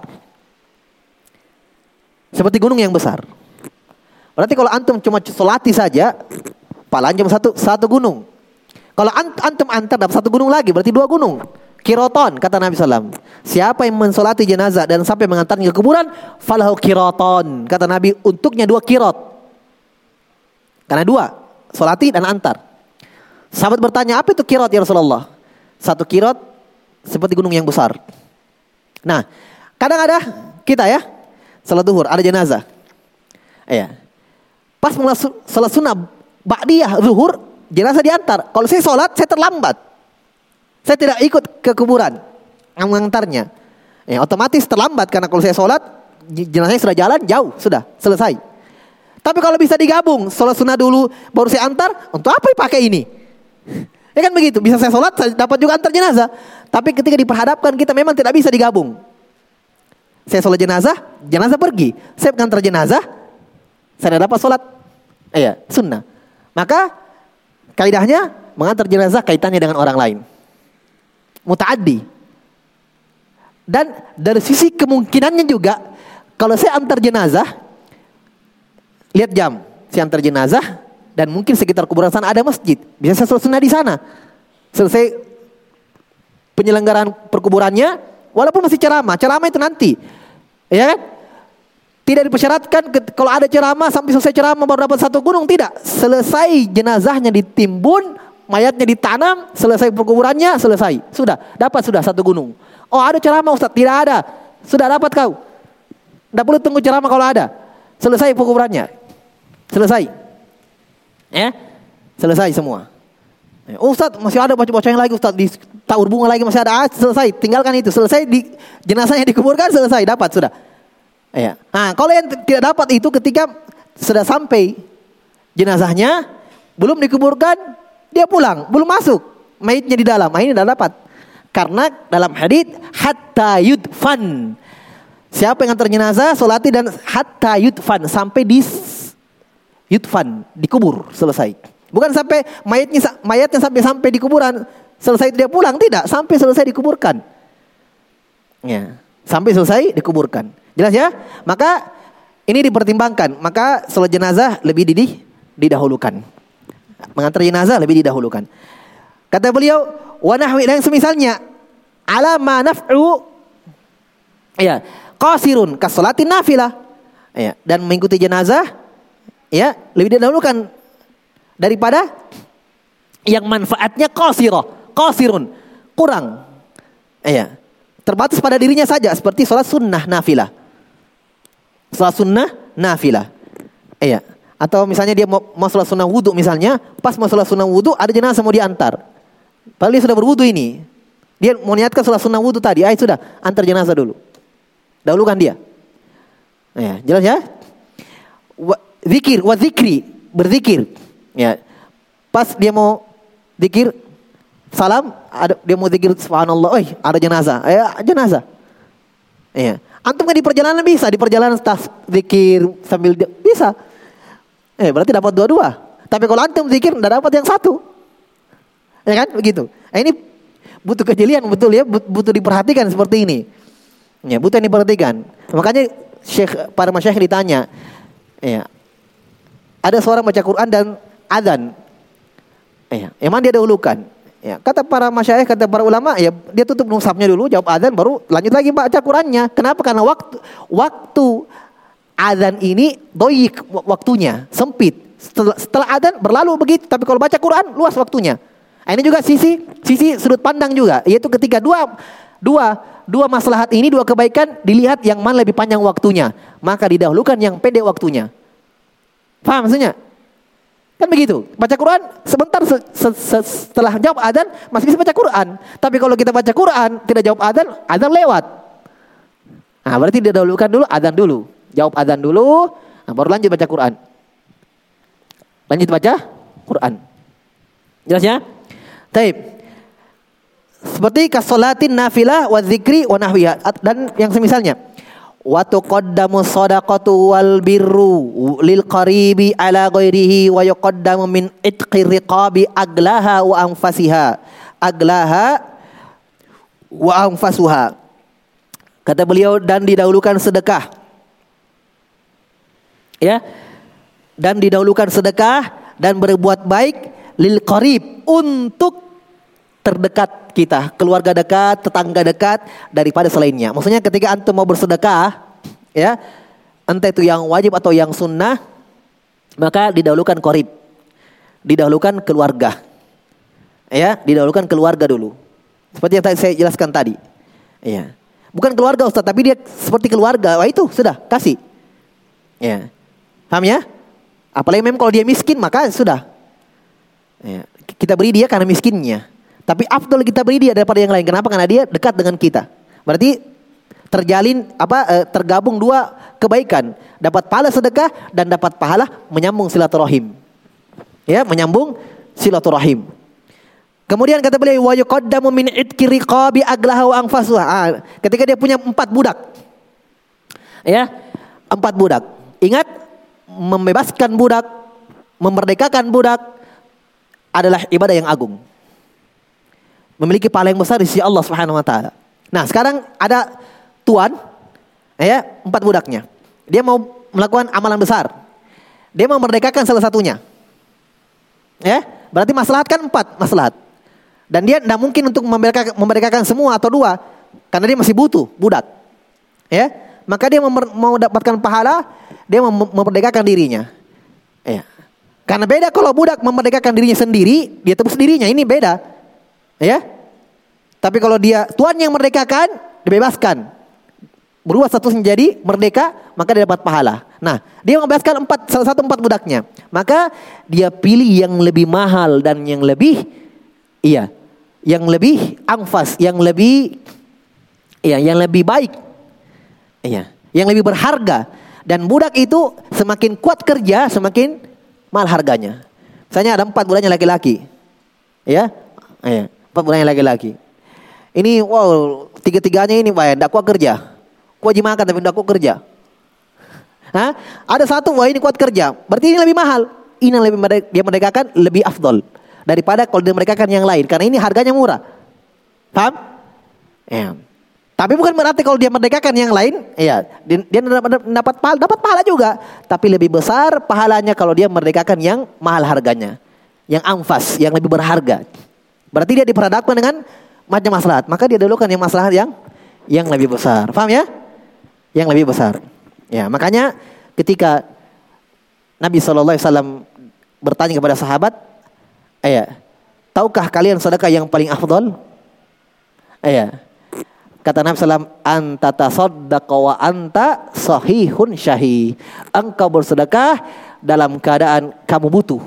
Seperti gunung yang besar. Berarti kalau antum cuma salati saja, pahalanya cuma satu, satu gunung. Kalau antum antar dapat satu gunung lagi, berarti dua gunung. Kiroton, kata Nabi sallallahu alaihi wasallam. Siapa yang mensolati jenazah dan sampai mengantarnya ke kuburan, falahu kiroton, kata Nabi, untuknya dua kirot. Karena dua, solati dan antar. Sahabat bertanya, apa itu kirot ya Rasulullah? Satu kirot seperti gunung yang besar. Nah, kadang ada kita ya, salat duhur, ada jenazah. Iya. Pas mulai salat sunnah ba'diyah zuhur, jenazah diantar. Kalau saya salat, saya terlambat. Saya tidak ikut ke kuburan mengantarnya. Ya, otomatis terlambat karena kalau saya sholat, jenazahnya sudah jalan jauh, sudah selesai. Tapi kalau bisa digabung, sholat sunnah dulu, baru saya antar, untuk apa dipakai ini? Ya kan begitu, bisa saya sholat, saya dapat juga antar jenazah. Tapi ketika diperhadapkan, kita memang tidak bisa digabung. Saya sholat jenazah, jenazah pergi. Saya mengantar jenazah, saya tidak dapat sholat. Iya, sunnah. Maka kaidahnya mengantar jenazah kaitannya dengan orang lain. Muta'addi. Dan dari sisi kemungkinannya juga, kalau saya antar jenazah, lihat jam, saya antar jenazah, dan mungkin sekitar kuburan sana ada masjid, bisa saya sholat sunnah di sana. Selesai penyelenggaraan perkuburannya, walaupun masih ceramah, ceramah itu nanti, ya kan? Tidak dipersyaratkan kalau ada ceramah sampai selesai ceramah baru dapat satu gunung, tidak. Selesai jenazahnya ditimbun, mayatnya ditanam, selesai perkuburannya, selesai. Sudah, dapat sudah satu gunung. Oh ada ceramah Ustaz? Tidak ada. Sudah dapat kau. Tidak perlu tunggu ceramah kalau ada. Selesai perkuburannya. Selesai. Ya, selesai semua. Ustaz masih ada bocah-bocah yang lagi Ustaz, di taur bunga lagi masih ada. Ah, selesai, tinggalkan itu. Selesai, di jenazahnya dikuburkan, selesai, dapat sudah. Ya. Nah, kalau yang tidak dapat itu ketika sudah sampai jenazahnya, belum dikuburkan, dia pulang, belum masuk, mayitnya di dalam. Nah, ini tidak dapat. Karena dalam hadits hatta yudfan. Siapa yang antar jenazah, solati dan hatta yudfan, sampai di yudfan, dikubur, selesai. Bukan sampai mayatnya mayatnya sampai sampai di kuburan, selesai dia pulang, tidak, sampai selesai dikuburkan. Ya, sampai selesai dikuburkan. Jelas ya? Maka ini dipertimbangkan, maka salat jenazah lebih didih, didahulukan. Mengantar jenazah lebih didahulukan. Kata beliau, wa nahwi dan semisalnya ala ma naf'u ya, qasirun ka sholatin nafilah. Ya, dan mengikuti jenazah ya, lebih didahulukan daripada yang manfaatnya qasirah, qasirun, kurang. Ya, terbatas pada dirinya saja seperti sholat sunnah nafilah. Sholat sunnah nafilah. Iya. Atau misalnya dia mau, mau sholat sunnah wudu misalnya, pas mau sholat sunnah wudu ada jenazah mau diantar. Padahal dia sudah berwudu ini. Dia mau niatkan sholat sunnah wudu tadi, ah sudah, antar jenazah dulu. Dahulukan dia. Ya, jelas ya? Wa, zikir, wa zikri, berzikir. Ya. Pas dia mau zikir salam, ada dia mau zikir subhanallah, oi, ada jenazah. Eh, jenazah. Iya. Antum kan di perjalanan bisa, di perjalanan tas zikir sambil di, bisa. Eh, berarti dapat dua-dua. Tapi kalau antum zikir enggak dapat yang satu. Ya kan? Begitu. Nah, ini butuh kejelian betul ya, butuh diperhatikan seperti ini. Ya, butuh yang diperhatikan. Makanya Syekh, para masyayikh ditanya, ya. Ada seorang baca Quran dan adzan. Ya, yang mana dia dahulukan? Ya, kata para masyayikh, kata para ulama, ya dia tutup mushafnya dulu, jawab adzan, baru lanjut lagi baca Qurannya. Kenapa? Karena waktu waktu adzan ini doyik waktunya, sempit. Setelah, setelah adzan berlalu begitu. Tapi kalau baca Quran luas waktunya. Nah, ini juga sisi sisi sudut pandang juga, yaitu ketika dua dua dua maslahat ini, dua kebaikan dilihat yang mana lebih panjang waktunya, maka didahulukan yang pendek waktunya. Paham maksudnya? Kan begitu. Baca Quran sebentar se, se, se, setelah jawab adzan masih bisa baca Quran. Tapi kalau kita baca Quran tidak jawab adzan, adzan lewat. Nah, berarti didahulukan dulu adzan dulu. Jawab adzan dulu, nah, baru lanjut baca Quran. Lanjut baca Quran. Jelas ya? Taib. Seperti kasolatin nafilah wa dzikri wa nahwiha, dan yang semisalnya. Wa tuqaddamu shadaqatu wal birru lil qaribi ala ghairihi wa yuqaddamu min itqi riqabi aglaha wa anfasiha aglaha wa anfasuha. Kata beliau, dan didahulukan sedekah. Ya. Dan didahulukan sedekah dan berbuat baik lil qarib, untuk terdekat kita, keluarga dekat, tetangga dekat, daripada selainnya. Maksudnya ketika antum mau bersedekah, ya, entah itu yang wajib atau yang sunnah, maka didahulukan qarib, didahulukan keluarga, ya, didahulukan keluarga dulu. Seperti yang tadi saya jelaskan tadi, ya, bukan keluarga Ustaz, tapi dia seperti keluarga, wah itu sudah kasih, ya, paham ya? Apalagi memang kalau dia miskin, maka sudah, ya, kita beri dia karena miskinnya. Tapi afdal kita beri dia daripada yang lain. Kenapa? Karena dia dekat dengan kita. Berarti terjalin apa eh, tergabung dua kebaikan. Dapat pahala sedekah dan dapat pahala menyambung silaturahim. Ya, menyambung silaturahim. Kemudian kata beliau, wa yuqaddamu min itqi riqabi aglaha wa anfasuha. Ah, ketika dia punya empat budak. Ya, empat budak. Ingat, membebaskan budak, memerdekakan budak adalah ibadah yang agung. Memiliki pahala yang besar di sisi Allah Subhanahu wa taala. Nah, sekarang ada tuan, ya, empat budaknya. Dia mau melakukan amalan besar. Dia mau memerdekakan salah satunya. Ya, berarti maslahat kan empat maslahat. Dan dia tidak mungkin untuk memerdekakan, memerdekakan semua atau dua, karena dia masih butuh budak. Ya, maka dia memer, mau dapatkan pahala, dia mem, memerdekakan dirinya. Ya. Karena beda kalau budak memerdekakan dirinya sendiri, dia tebus dirinya, ini beda. Ya, tapi kalau dia tuan yang merdekakan, dibebaskan, berubah status menjadi merdeka, maka dia dapat pahala. Nah, dia membebaskan empat, salah satu empat budaknya, maka dia pilih yang lebih mahal dan yang lebih, iya, yang lebih angfas, yang lebih, iya, yang lebih baik, iya, yang lebih berharga. Dan budak itu semakin kuat kerja, semakin mahal harganya. Misalnya ada empat budaknya laki-laki, ya, iya. Empat bulan lagi-lagi. Ini wow, tiga-tiganya ini bayar, tidak kuat kerja. Kuat makan tapi tidak kuat kerja. Hah? Ada satu, wah ini kuat kerja. Berarti ini lebih mahal. Ini yang lebih merdek, dia merdekakan lebih afdol daripada kalau dia merdekakan yang lain. Karena ini harganya murah. Paham? Ya. Tapi bukan berarti kalau dia merdekakan yang lain, ya dia, dia dapat pahala, dapat pahala juga. Tapi lebih besar pahalanya kalau dia merdekakan yang mahal harganya, yang amfas, yang lebih berharga. Berarti dia diperhadapkan dengan macam maslahat. Maka dia dulukan yang maslahat yang yang lebih besar. Paham ya? Yang lebih besar. Ya, makanya ketika Nabi shallallahu alaihi wasallam bertanya kepada sahabat, ya, tahukah kalian sedekah yang paling afdal? Ya. Kata Nabi sallallahu alaihi wasallam, anta tasaddaqa wa anta sahihun syahih. Engkau bersedekah dalam keadaan kamu butuh.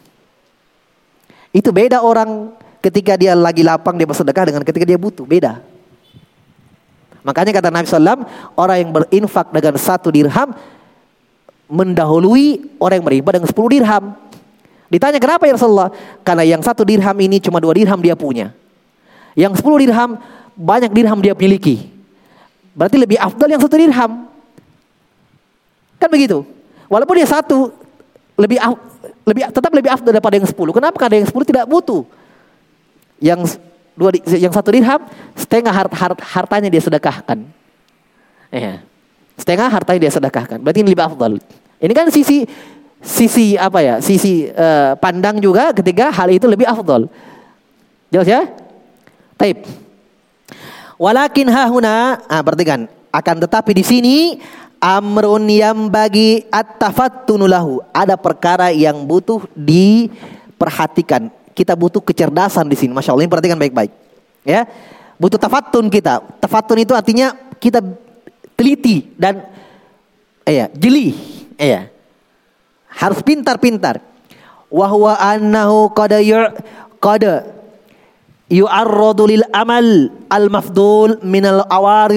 Itu beda orang ketika dia lagi lapang dia bersedekah dengan ketika dia butuh, beda. Makanya kata Nabi sallallahu alaihi wasallam, orang yang berinfak dengan satu dirham mendahului orang yang berinfak dengan sepuluh dirham. Ditanya kenapa ya Rasulullah? Karena yang satu dirham ini cuma dua dirham dia punya. Yang sepuluh dirham banyak dirham dia miliki. Berarti lebih afdal yang satu dirham. Kan begitu. Walaupun dia satu lebih lebih tetap lebih afdal daripada yang sepuluh. Kenapa? Karena yang sepuluh tidak butuh. Yang dua yang satu dirham setengah hart, hart, hartanya dia sedekahkan. Ya. Setengah hartanya dia sedekahkan. Berarti ini lebih afdal. Ini kan sisi sisi apa ya? Sisi uh, pandang juga ketika hal itu lebih afdal. Jelas ya? Taib. Walakin hahuna, ah perhatikan, akan tetapi di sini amrun yang bagi at-tafattunu lahu, ada perkara yang butuh diperhatikan. Kita butuh kecerdasan di sini. Masya Allah, ini perhatikan baik-baik. Ya, butuh tafattun kita. Tafattun itu artinya kita teliti dan eh, jeli, eh, harus pintar-pintar. Wa huwa annahu qad qad yu'arradu lil amal al-mafdul minal awarid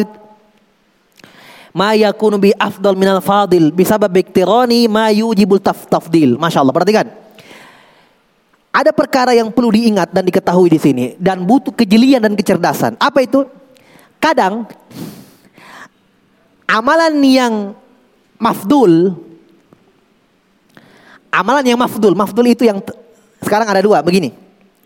ma yakunu bi afdal minal fadil bisabab iktirani ma yujibul tafdil. Masya Allah, perhatikan. Ada perkara yang perlu diingat dan diketahui di sini dan butuh kejelian dan kecerdasan. Apa itu? Kadang amalan yang mafdul, amalan yang mafdul, mafdul itu yang t- sekarang ada dua begini.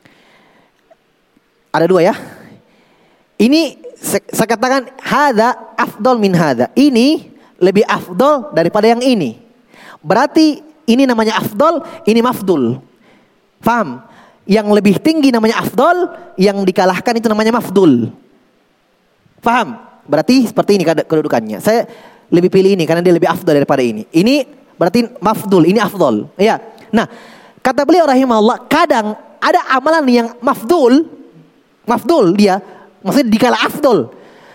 Ada dua ya. Ini saya katakan hadza afdal min hadza. Ini lebih afdal daripada yang ini. Berarti ini namanya afdal, ini mafdul. Faham? Yang lebih tinggi namanya afdal, yang dikalahkan itu namanya mafdul. Faham? Berarti seperti ini kedudukannya. Saya lebih pilih ini karena dia lebih afdal daripada ini. Ini berarti mafdul, ini afdal. Ya. Nah, kata beliau rahimahullah, kadang ada amalan yang mafdul, mafdul dia, maksudnya dikala afdol.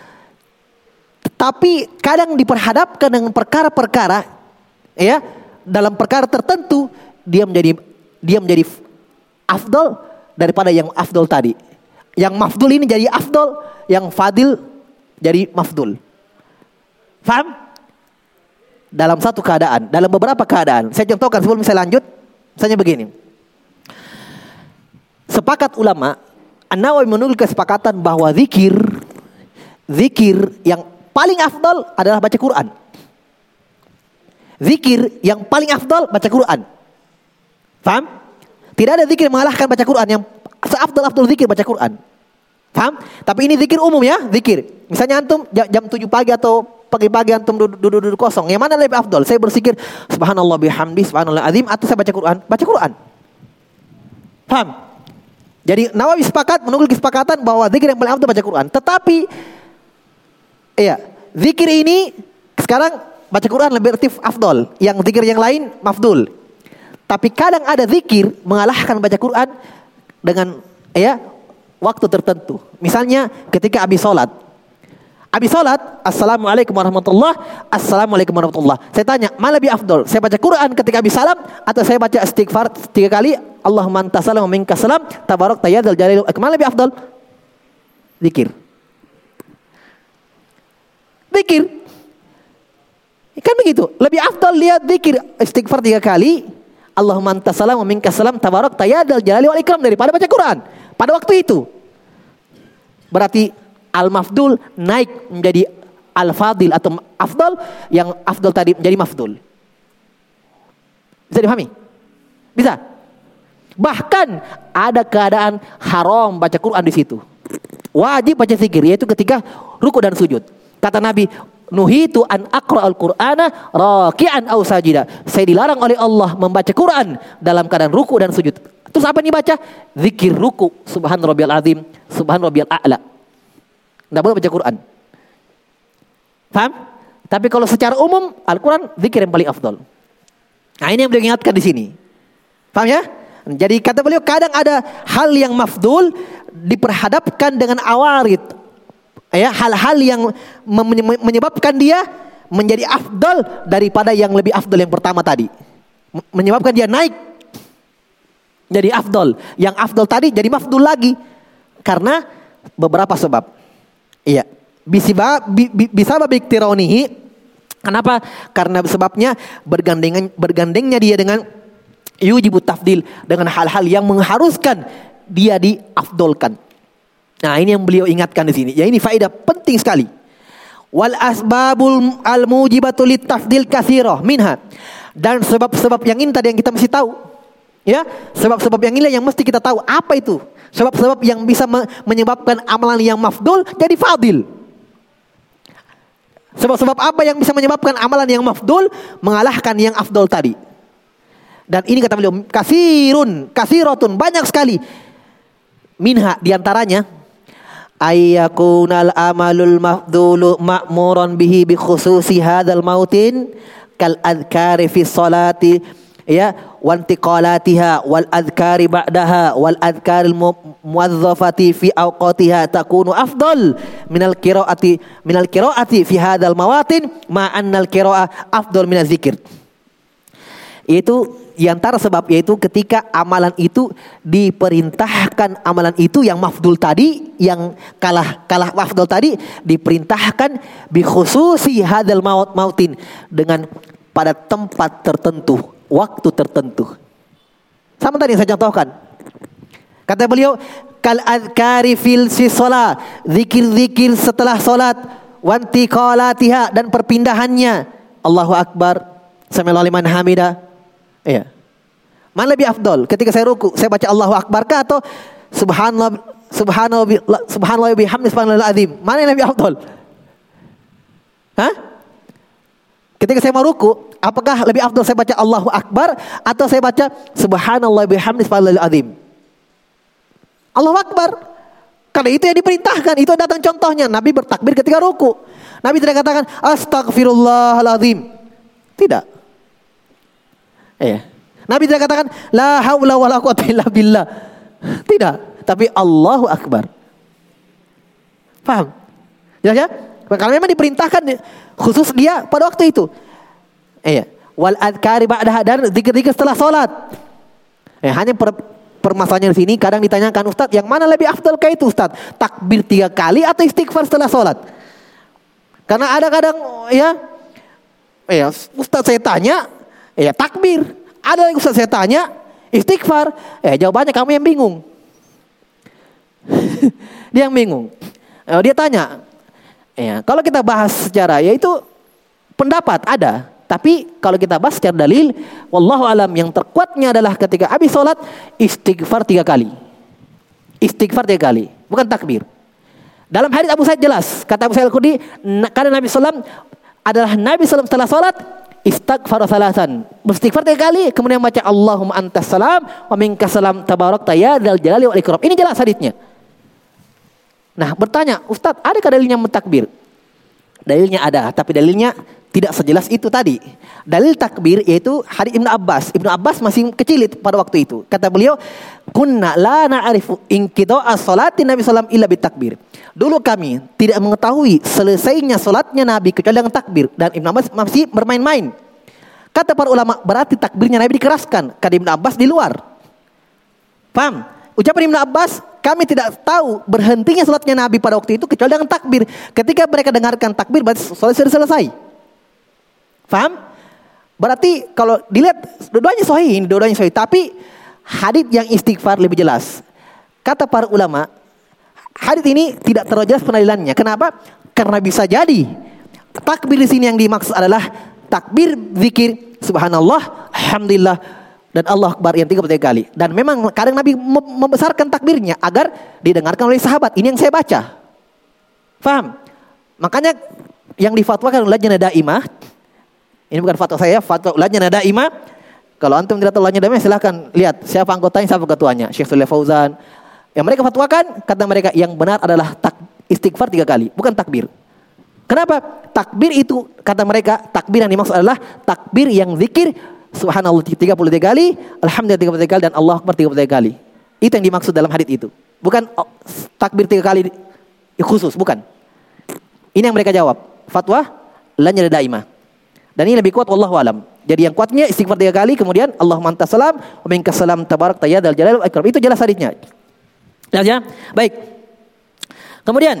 Tapi kadang diperhadapkan dengan perkara-perkara, ya, dalam perkara tertentu dia menjadi dia menjadi afdol daripada yang afdol tadi. Yang mafdul ini jadi afdol, yang fadil jadi mafdul. Faham? Dalam satu keadaan, dalam beberapa keadaan. Saya contohkan sebelum saya lanjut, misalnya begini. Sepakat ulama, An-Nawawi menukil kesepakatan bahwa zikir zikir yang paling afdal adalah baca Quran. Zikir yang paling afdal baca Quran. Faham? Tidak ada zikir mengalahkan baca Quran, yang seafdal-afdal zikir baca Quran. Faham? Tapi ini zikir umum ya, zikir. Misalnya antum jam tujuh pagi atau pagi-pagi antum duduk-duduk kosong, yang mana lebih afdal? Saya berzikir subhanallah bihamdi subhanallah azim atau saya baca Quran? Baca Quran. Faham? Jadi Nawawi sepakat menukil kesepakatan bahwa zikir yang paling afdal baca Quran. Tetapi iya, zikir ini sekarang baca Quran lebih relatif afdal, yang zikir yang lain mafdul. Tapi kadang ada zikir mengalahkan baca Quran dengan ya waktu tertentu. Misalnya ketika habis sholat. Habis sholat, assalamualaikum warahmatullah, assalamualaikum warahmatullah. Saya tanya, mana lebih afdal? Saya baca Quran ketika habis salam atau saya baca istighfar tiga kali? Allahumma anta salam wa minka salam, tabarak tayyadal jalil. Mana lebih afdal? Zikir. Zikir. Kan begitu. Lebih afdal lihat zikir istighfar tiga kali. Allahumma anta salam wa minka salam, tabarak tayyadal jalil wal ikram daripada baca Quran pada waktu itu. Berarti al-mafdul naik menjadi al-fadil atau afdal, yang afdal tadi menjadi mafdul. Bisa dipahami? Bisa. Bahkan ada keadaan haram baca Quran di situ. Wajib baca zikir, yaitu ketika ruku dan sujud. Kata Nabi, nuhitu an aqra'al Qur'ana raki'an aw sajida. Saya dilarang oleh Allah membaca Quran dalam keadaan ruku dan sujud. Terus apa yang dibaca? Zikir ruku, subhan rabbiyal azim, subhan rabbiyal a'la. Enggak boleh baca Quran. Paham? Tapi kalau secara umum Al-Quran zikir yang paling afdal. Nah, ini yang beliau ingatkan di sini. Paham ya? Jadi kata beliau, kadang ada hal yang mafdul diperhadapkan dengan awarid, ya, hal-hal yang menyebabkan dia menjadi afdal daripada yang lebih afdal yang pertama tadi, menyebabkan dia naik jadi afdal. Yang afdal tadi jadi mafdul lagi karena beberapa sebab. Iya, bisa bisa babiktironihi. Kenapa? Karena sebabnya bergandengan bergandengnya dia dengan yujibu tafdil, dengan hal-hal yang mengharuskan dia diafdolkan. Nah, ini yang beliau ingatkan di sini. Ya, ini faedah penting sekali. Wal asbabul al mujibatu lit tafdil katsirah minha. Dan sebab-sebab yang ini tadi yang kita mesti tahu. Ya, sebab-sebab yang ini yang mesti kita tahu. Apa itu? Sebab-sebab yang bisa me- menyebabkan amalan yang mafdul jadi fadil. Sebab-sebab apa yang bisa menyebabkan amalan yang mafdul mengalahkan yang afdol tadi? Dan ini kata beliau, kasirun, kasirotun, banyak sekali. Minha, diantaranya, ayyakunal amalul mafdulu ma'muran bihi bi khususi hadal mautin kal adhkari fi salati, ya, wantiqalatiha wal adhkari ba'daha wal adhkaril muwazzafati fi awqatiha takunu afdal minal qiraati minal qiraati fi hadal mawatin ma annal qiraah afdal minaz zikir. Itu di antara sebab, yaitu ketika amalan itu diperintahkan, amalan itu yang mafdul tadi, yang kalah kalah mafdul tadi diperintahkan bi khususi hadal maut mautin, dengan pada tempat tertentu, waktu tertentu. Sama tadi yang saya contohkan. Kata beliau, kal adhkari fil shalah, zikir-zikir setelah salat, wantiqalatiha, dan perpindahannya. Allahu akbar, sami'allahu liman hamidah. Iya. Mana lebih afdol? Ketika saya ruku, saya baca Allahu akbar kah atau subhanallah subhanallah subhanallah bihamdi subhanallahil azim? Mana yang lebih afdol? Hah? Ketika saya mau ruku, apakah lebih afdol saya baca Allahu akbar atau saya baca subhanallah bihamdi subhanallahil azim? Allahu akbar. Karena itu yang diperintahkan, itu datang contohnya. Nabi bertakbir ketika ruku. Nabi tidak katakan astaghfirullahalazim. Tidak. Iya. Nabi tidak katakan la haula wala quwwata illa billah. Tidak, tapi Allahu akbar. Paham? Ya, ya? Karena memang diperintahkan khusus dia pada waktu itu. Iya. Wal adhkari ba'daha, dan zikir-zikir setelah salat. Eh, hanya per, permasalahannya di sini kadang ditanyakan, Ustaz, yang mana lebih afdal kah itu, Ustaz? Takbir tiga kali atau istighfar setelah salat? Karena ada kadang ya, ya Ustaz saya tanya, ya takbir. Ada yang Ustaz saya tanya, istighfar. Eh, jawabannya kamu yang bingung. Dia yang bingung. Eh, dia tanya. Ya, kalau kita bahas secara, yaitu pendapat ada. Tapi kalau kita bahas secara dalil, wallahu alam, yang terkuatnya adalah ketika habis sholat, istighfar tiga kali. Istighfar tiga kali, bukan takbir. Dalam hadits Abu Sa'id jelas, kata Abu Sa'id Al-Khudri, karena Nabi Sallam adalah Nabi Sallam setelah sholat, istighfar salasan, beristighfar tiga kali, kemudian baca Allahumma antas salam wa minkas salam tabarakta ya dzal jalali wal ikram. Ini jelas haditsnya. Nah, bertanya, Ustaz, adakah dalilnya mentakbir? Dalilnya ada, tapi dalilnya tidak sejelas itu tadi. Dalil takbir yaitu hadits Ibnu Abbas. Ibnu Abbas masih kecil itu pada waktu itu. Kata beliau, kunna la na'rifu inqida'a salati Nabi sallam illa bitakbir. Dulu kami tidak mengetahui selesainya salatnya Nabi kecuali dengan takbir. Dan Ibnu Abbas masih bermain-main. Kata para ulama, berarti takbirnya Nabi dikeraskan. Kata Ibnu Abbas di luar. Paham? Ucapan Ibnu Abbas, kami tidak tahu berhentinya salatnya Nabi pada waktu itu kecuali dengan takbir. Ketika mereka dengarkan takbir, berarti salat sudah selesai. Paham? Berarti kalau dilihat dua-duanya sahih, dua-duanya sahih. Tapi hadits yang istighfar lebih jelas. Kata para ulama, hadits ini tidak terlalu jelas penalilannya. Kenapa? Karena bisa jadi takbir di sini yang dimaksud adalah takbir zikir subhanallah, alhamdulillah, dan Allah Akbar yang tiga puluh tiga kali. Dan memang kadang Nabi membesarkan takbirnya agar didengarkan oleh sahabat. Ini yang saya baca. Faham? Makanya yang difatwakan oleh Lajnah Daimah, ini bukan fatwa saya, fatwa Lajnah Daimah. Kalau antum tidak tahu Lajnah Daimah, silahkan lihat siapa anggotanya, siapa ketuanya. Syekh Shalih Fauzan. Yang mereka fatwakan, kata mereka yang benar adalah tak, istighfar tiga kali, bukan takbir. Kenapa? Takbir itu kata mereka, takbir yang dimaksud adalah takbir yang zikir subhanallah tiga puluh tiga kali, alhamdulillah tiga puluh tiga kali, dan Allah Akbar tiga puluh tiga kali. Itu yang dimaksud dalam hadits itu. Bukan oh, takbir tiga kali khusus, bukan. Ini yang mereka jawab. Fatwa Lajnah Daimah. Dan ini lebih kuat wallahu alam. Jadi yang kuatnya istighfar tiga kali, kemudian Allahumma antas salam wa minkas salam tabarak ya dzal jalali wal ikram. Itu jelas haditsnya. Jelas ya? Baik. Kemudian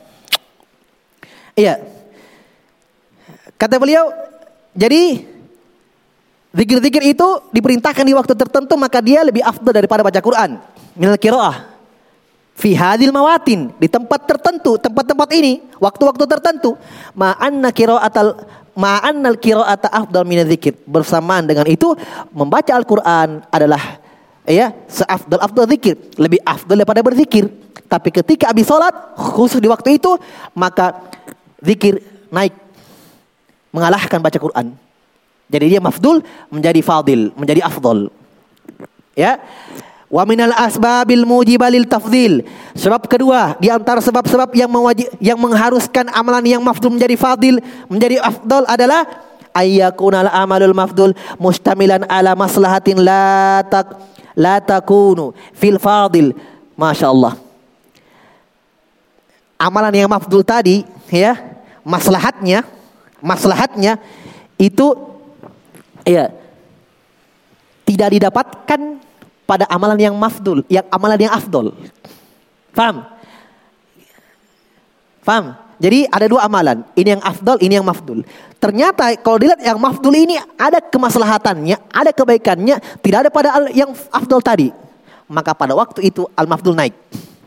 iya. Kata beliau, jadi zikir-zikir itu diperintahkan di waktu tertentu, maka dia lebih afdal daripada baca Quran. Minal qiraah fi hadil mawatin, di tempat tertentu, tempat-tempat ini, waktu-waktu tertentu. Ma'anna qiraatal ma'annal qiraata afdal minadz zikir. Bersamaan dengan itu, membaca Al-Qur'an adalah ya, seafdal afdal zikir, lebih afdal daripada berzikir. Tapi ketika habis salat, khusus di waktu itu, maka zikir naik mengalahkan baca Quran. Jadi dia mafdul menjadi fadil, menjadi afdal. Ya. Wa minal asbabil mujibalil tafdil. Sebab kedua di antara sebab-sebab yang mewajib, yang mengharuskan amalan yang mafdul menjadi fadil, menjadi afdal adalah ayyakunal amalul mafdul mustamilan ala maslahatin la tak la takunu fil fadil. Masya Allah. Amalan yang mafdul tadi ya, maslahatnya maslahatnya itu ya tidak didapatkan pada amalan yang mafdul, yang amalan yang afdol. Faham? Faham? Jadi ada dua amalan, ini yang afdol, ini yang mafdul. Ternyata kalau dilihat yang mafdul ini ada kemaslahatannya, ada kebaikannya, tidak ada pada yang afdol tadi. Maka pada waktu itu al-mafdul naik.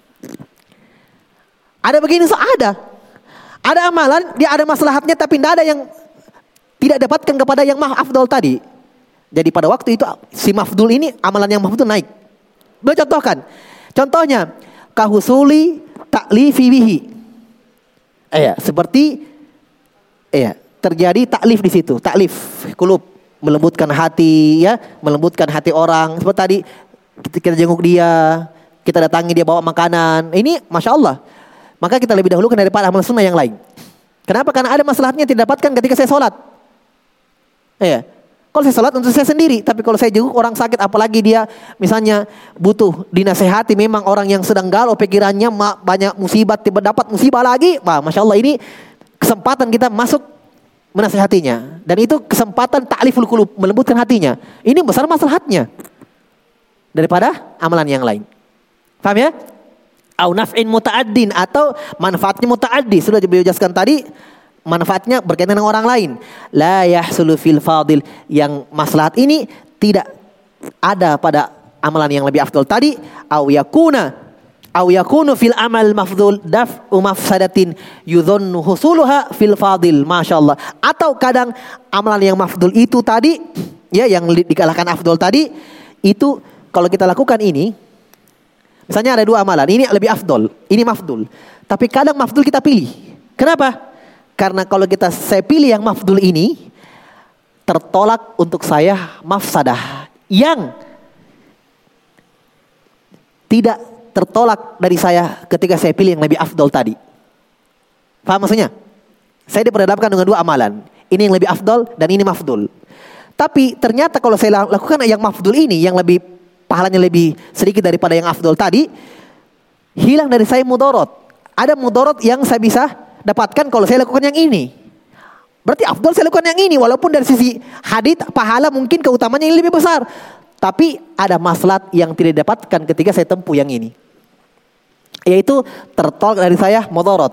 Ada begini, so ada. Ada amalan, dia ada maslahatnya, tapi tidak ada yang tidak dapatkan kepada yang afdol tadi. Jadi pada waktu itu si mafdul ini, amalan yang mafdul naik. Beliau contohkan. Contohnya kahusuli taklifi bihi. Eh, seperti eh, terjadi taklif di situ, taklif kulub, melembutkan hati ya, melembutkan hati orang. Seperti tadi kita, kita jenguk dia, kita datangi dia bawa makanan. Ini Masya Allah. Maka kita lebih dahulukan daripada amal sunnah yang lain. Kenapa? Karena ada maslahatnya tidak dapatkan ketika saya sholat. Eh, Kalau saya sholat untuk saya sendiri, tapi kalau saya jenguk orang sakit, apalagi dia misalnya butuh dinasehati, memang orang yang sedang galau pikirannya, banyak musibah, tiba dapat musibah lagi, wah Masya Allah, ini kesempatan kita masuk menasehatinya. Dan itu kesempatan ta'liful qulub, melembutkan hatinya. Ini besar maslahatnya daripada amalan yang lain. Paham ya? Au naf'in muta'addin, atau manfaatnya muta'addi. Sudah beliau jelaskan tadi, manfaatnya berkaitan dengan orang lain. La yahsulu fil fadil, yang maslahat ini tidak ada pada amalan yang lebih afdal tadi. Au yakuna au yakunu fil amal mafdul daf'u mafsadatin yudhannu husuluha fil fadil. Masyaallah. Atau kadang amalan yang mafdul itu tadi ya, yang dikalahkan afdal tadi, itu kalau kita lakukan ini, misalnya ada dua amalan, ini lebih afdal, ini mafdul, tapi kadang mafdul kita pilih. Kenapa? Karena kalau kita saya pilih yang mafdul ini, tertolak untuk saya mafsadah yang tidak tertolak dari saya ketika saya pilih yang lebih afdol tadi. Paham maksudnya? Saya diperhadapkan dengan dua amalan. Ini yang lebih afdol dan ini mafdul. Tapi ternyata kalau saya lakukan yang mafdul ini, yang lebih pahalanya lebih sedikit daripada yang afdol tadi, hilang dari saya mudorot. Ada mudorot yang saya bisa dapatkan kalau saya lakukan yang ini. Berarti afdal saya lakukan yang ini, walaupun dari sisi hadits pahala mungkin keutamanya yang lebih besar, tapi ada maslahat yang tidak didapatkan ketika saya tempuh yang ini, yaitu tertolak dari saya mudarat.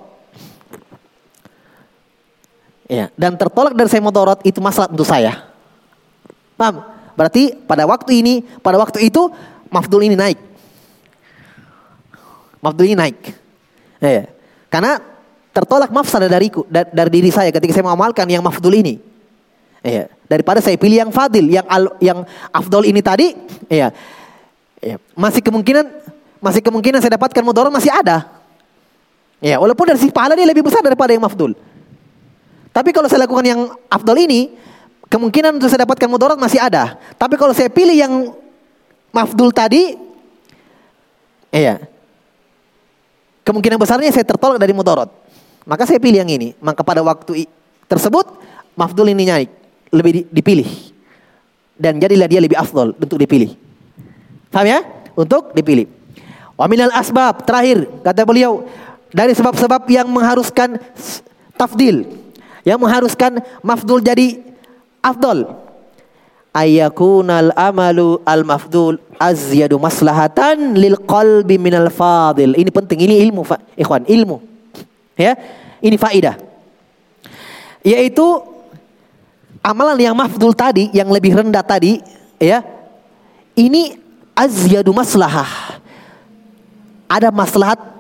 Ya, dan tertolak dari saya mudarat itu maslahat untuk saya. Paham? Berarti pada waktu ini, pada waktu itu mafdul ini naik. Mafdul ini naik. Ya, karena tertolak mafsadah dariku da, dari diri saya ketika saya mengamalkan yang mafdul ini. Iya, daripada saya pilih yang fadil, yang al, yang afdol ini tadi, iya. Iya, masih kemungkinan masih kemungkinan saya dapatkan mudarat masih ada. Ya, walaupun dari sisi pahala dia lebih besar daripada yang mafdul. Tapi kalau saya lakukan yang afdal ini, kemungkinan untuk saya dapatkan mudarat masih ada. Tapi kalau saya pilih yang mafdul tadi, iya, kemungkinan besarnya saya tertolak dari mudarat. Maka saya pilih yang ini. Maka pada waktu tersebut, mafdul ini naik, lebih dipilih. Dan jadilah dia lebih afdal untuk dipilih. Paham ya? Untuk dipilih. Wa minal asbab, terakhir, kata beliau, dari sebab-sebab yang mengharuskan tafdil, yang mengharuskan mafdul jadi afdal, ayakunal amalu al mafdul azyadu maslahatan lil qalbi minal fadil. Ini penting, ini ilmu, ikhwan, ilmu. Ya, ini faidah. Yaitu amalan yang mafdul tadi, yang lebih rendah tadi, ya, ini azyadu maslahah. Ada maslahat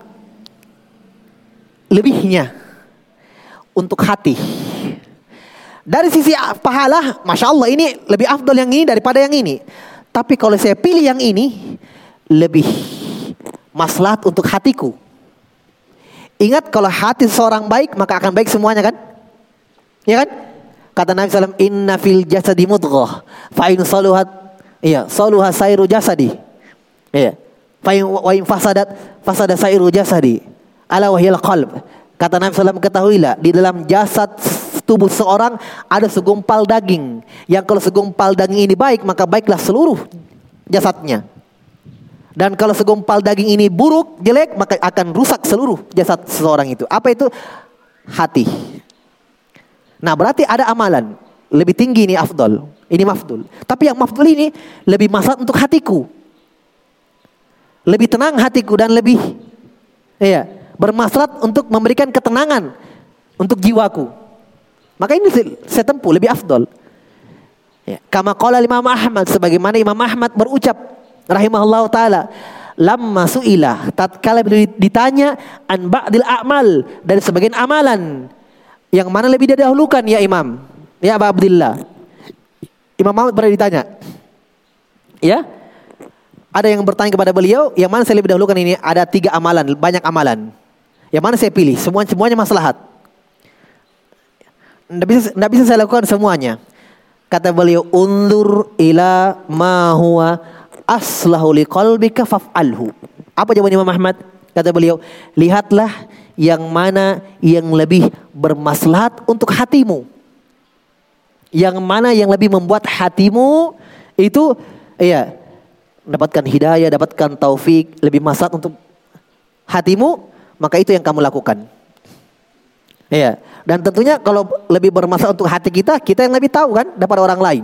lebihnya untuk hati. Dari sisi pahala, masya Allah ini lebih afdal yang ini daripada yang ini. Tapi kalau saya pilih yang ini, lebih maslahat untuk hatiku. Ingat, kalau hati seorang baik, maka akan baik semuanya kan? Ya kan? Kata Nabi sallallahu alaihi wasallam, inna fil jasadi mudghah, fa in saluhat, iya, saluha sairu jasadi. Iya. Fa in wa in fasadat, fasada sairu jasadi. Ala wahyal qalb. Kata Nabi sallallahu alaihi wasallam, ketahuilah, di dalam jasad tubuh seorang ada segumpal daging. Yang kalau segumpal daging ini baik, maka baiklah seluruh jasadnya. Dan kalau segumpal daging ini buruk, jelek, maka akan rusak seluruh jasad seseorang itu. Apa itu? Hati. Nah, berarti ada amalan lebih tinggi, ini afdal, ini mafdul. Tapi yang mafdul ini lebih maslahat untuk hatiku. Lebih tenang hatiku dan lebih, iya, bermaslahat untuk memberikan ketenangan untuk jiwaku. Maka ini saya tempuh lebih afdal. Ya. Kama qala Imam Ahmad, sebagaimana Imam Ahmad berucap rahimahullah taala, lamma suila, tatkala ditanya an ba'dil a'mal, dari sebagian amalan yang mana lebih didahulukan ya Imam, ya Abu Abdillah. Imam Ahmad pernah ditanya. Ya. Ada yang bertanya kepada beliau, yang mana saya lebih dahulukan ini? Ada tiga amalan, banyak amalan. Yang mana saya pilih? Semua semuanya maslahat. Tidak bisa, tidak bisa saya lakukan semuanya. Kata beliau, undur ila ma huwa aslahu liqalbika faf'alhu. Apa jawaban Imam Ahmad? Kata beliau, lihatlah yang mana yang lebih bermaslahat untuk hatimu. Yang mana yang lebih membuat hatimu itu, iya, dapatkan hidayah, dapatkan taufik, lebih maslahat untuk hatimu, maka itu yang kamu lakukan. Iya. Dan tentunya kalau lebih bermasalah untuk hati kita, kita yang lebih tahu kan daripada orang lain.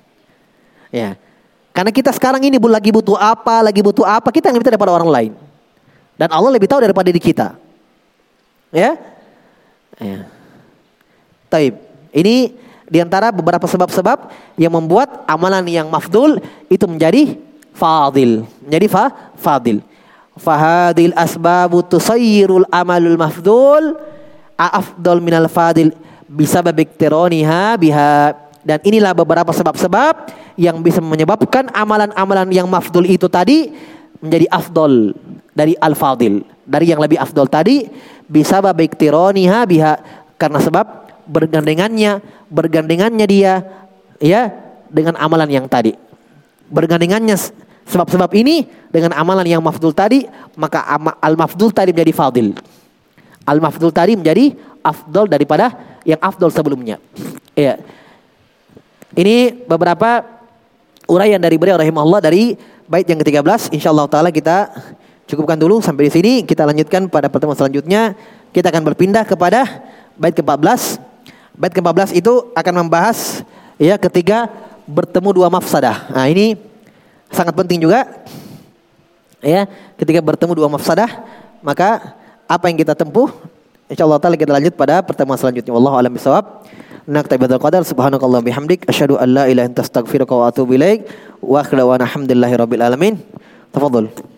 Ya. Karena kita sekarang ini lagi butuh apa, lagi butuh apa, kita yang lebih tahu daripada orang lain. Dan Allah lebih tahu daripada diri kita. Ya. Ya. Taib. Ini diantara beberapa sebab-sebab yang membuat amalan yang mafdul itu menjadi fadil. Menjadi fa, fadil. Fahadil asbabu tusayyirul amalul mafdul afdal minal fadil bisabab iktiraniha biha. Dan inilah beberapa sebab-sebab yang bisa menyebabkan amalan-amalan yang mafdul itu tadi menjadi afdal dari al-fadil, dari yang lebih afdal tadi, bisabab iktiraniha biha, karena sebab bergandengannya bergandengannya dia ya dengan amalan yang tadi. Bergandengannya sebab-sebab ini dengan amalan yang mafdul tadi, maka al-mafdul tadi menjadi fadil. Al-mafdul tadi menjadi afdal daripada yang afdal sebelumnya. Ya. Ini beberapa uraian dari beliau rahimahullah dari bait yang ketiga belas. Insyaallah taala kita cukupkan dulu sampai di sini. Kita lanjutkan pada pertemuan selanjutnya. Kita akan berpindah kepada bait ke empat belas. Bait ke empat belas itu akan membahas ya ketika bertemu dua mafsadah. Nah, ini sangat penting juga. Ya, ketika bertemu dua mafsadah, maka apa yang kita tempuh, insyaallah taala kita lanjut pada pertemuan selanjutnya. Wallahu a'lam bishawab. Naktabi hadzal qadar, subhanakallah bihamdik, asyhadu an la ilaha illa anta astaghfiruka wa atubu ilaik. Wa akhiru wa alhamdulillahi rabbil alamin. Tafadhol.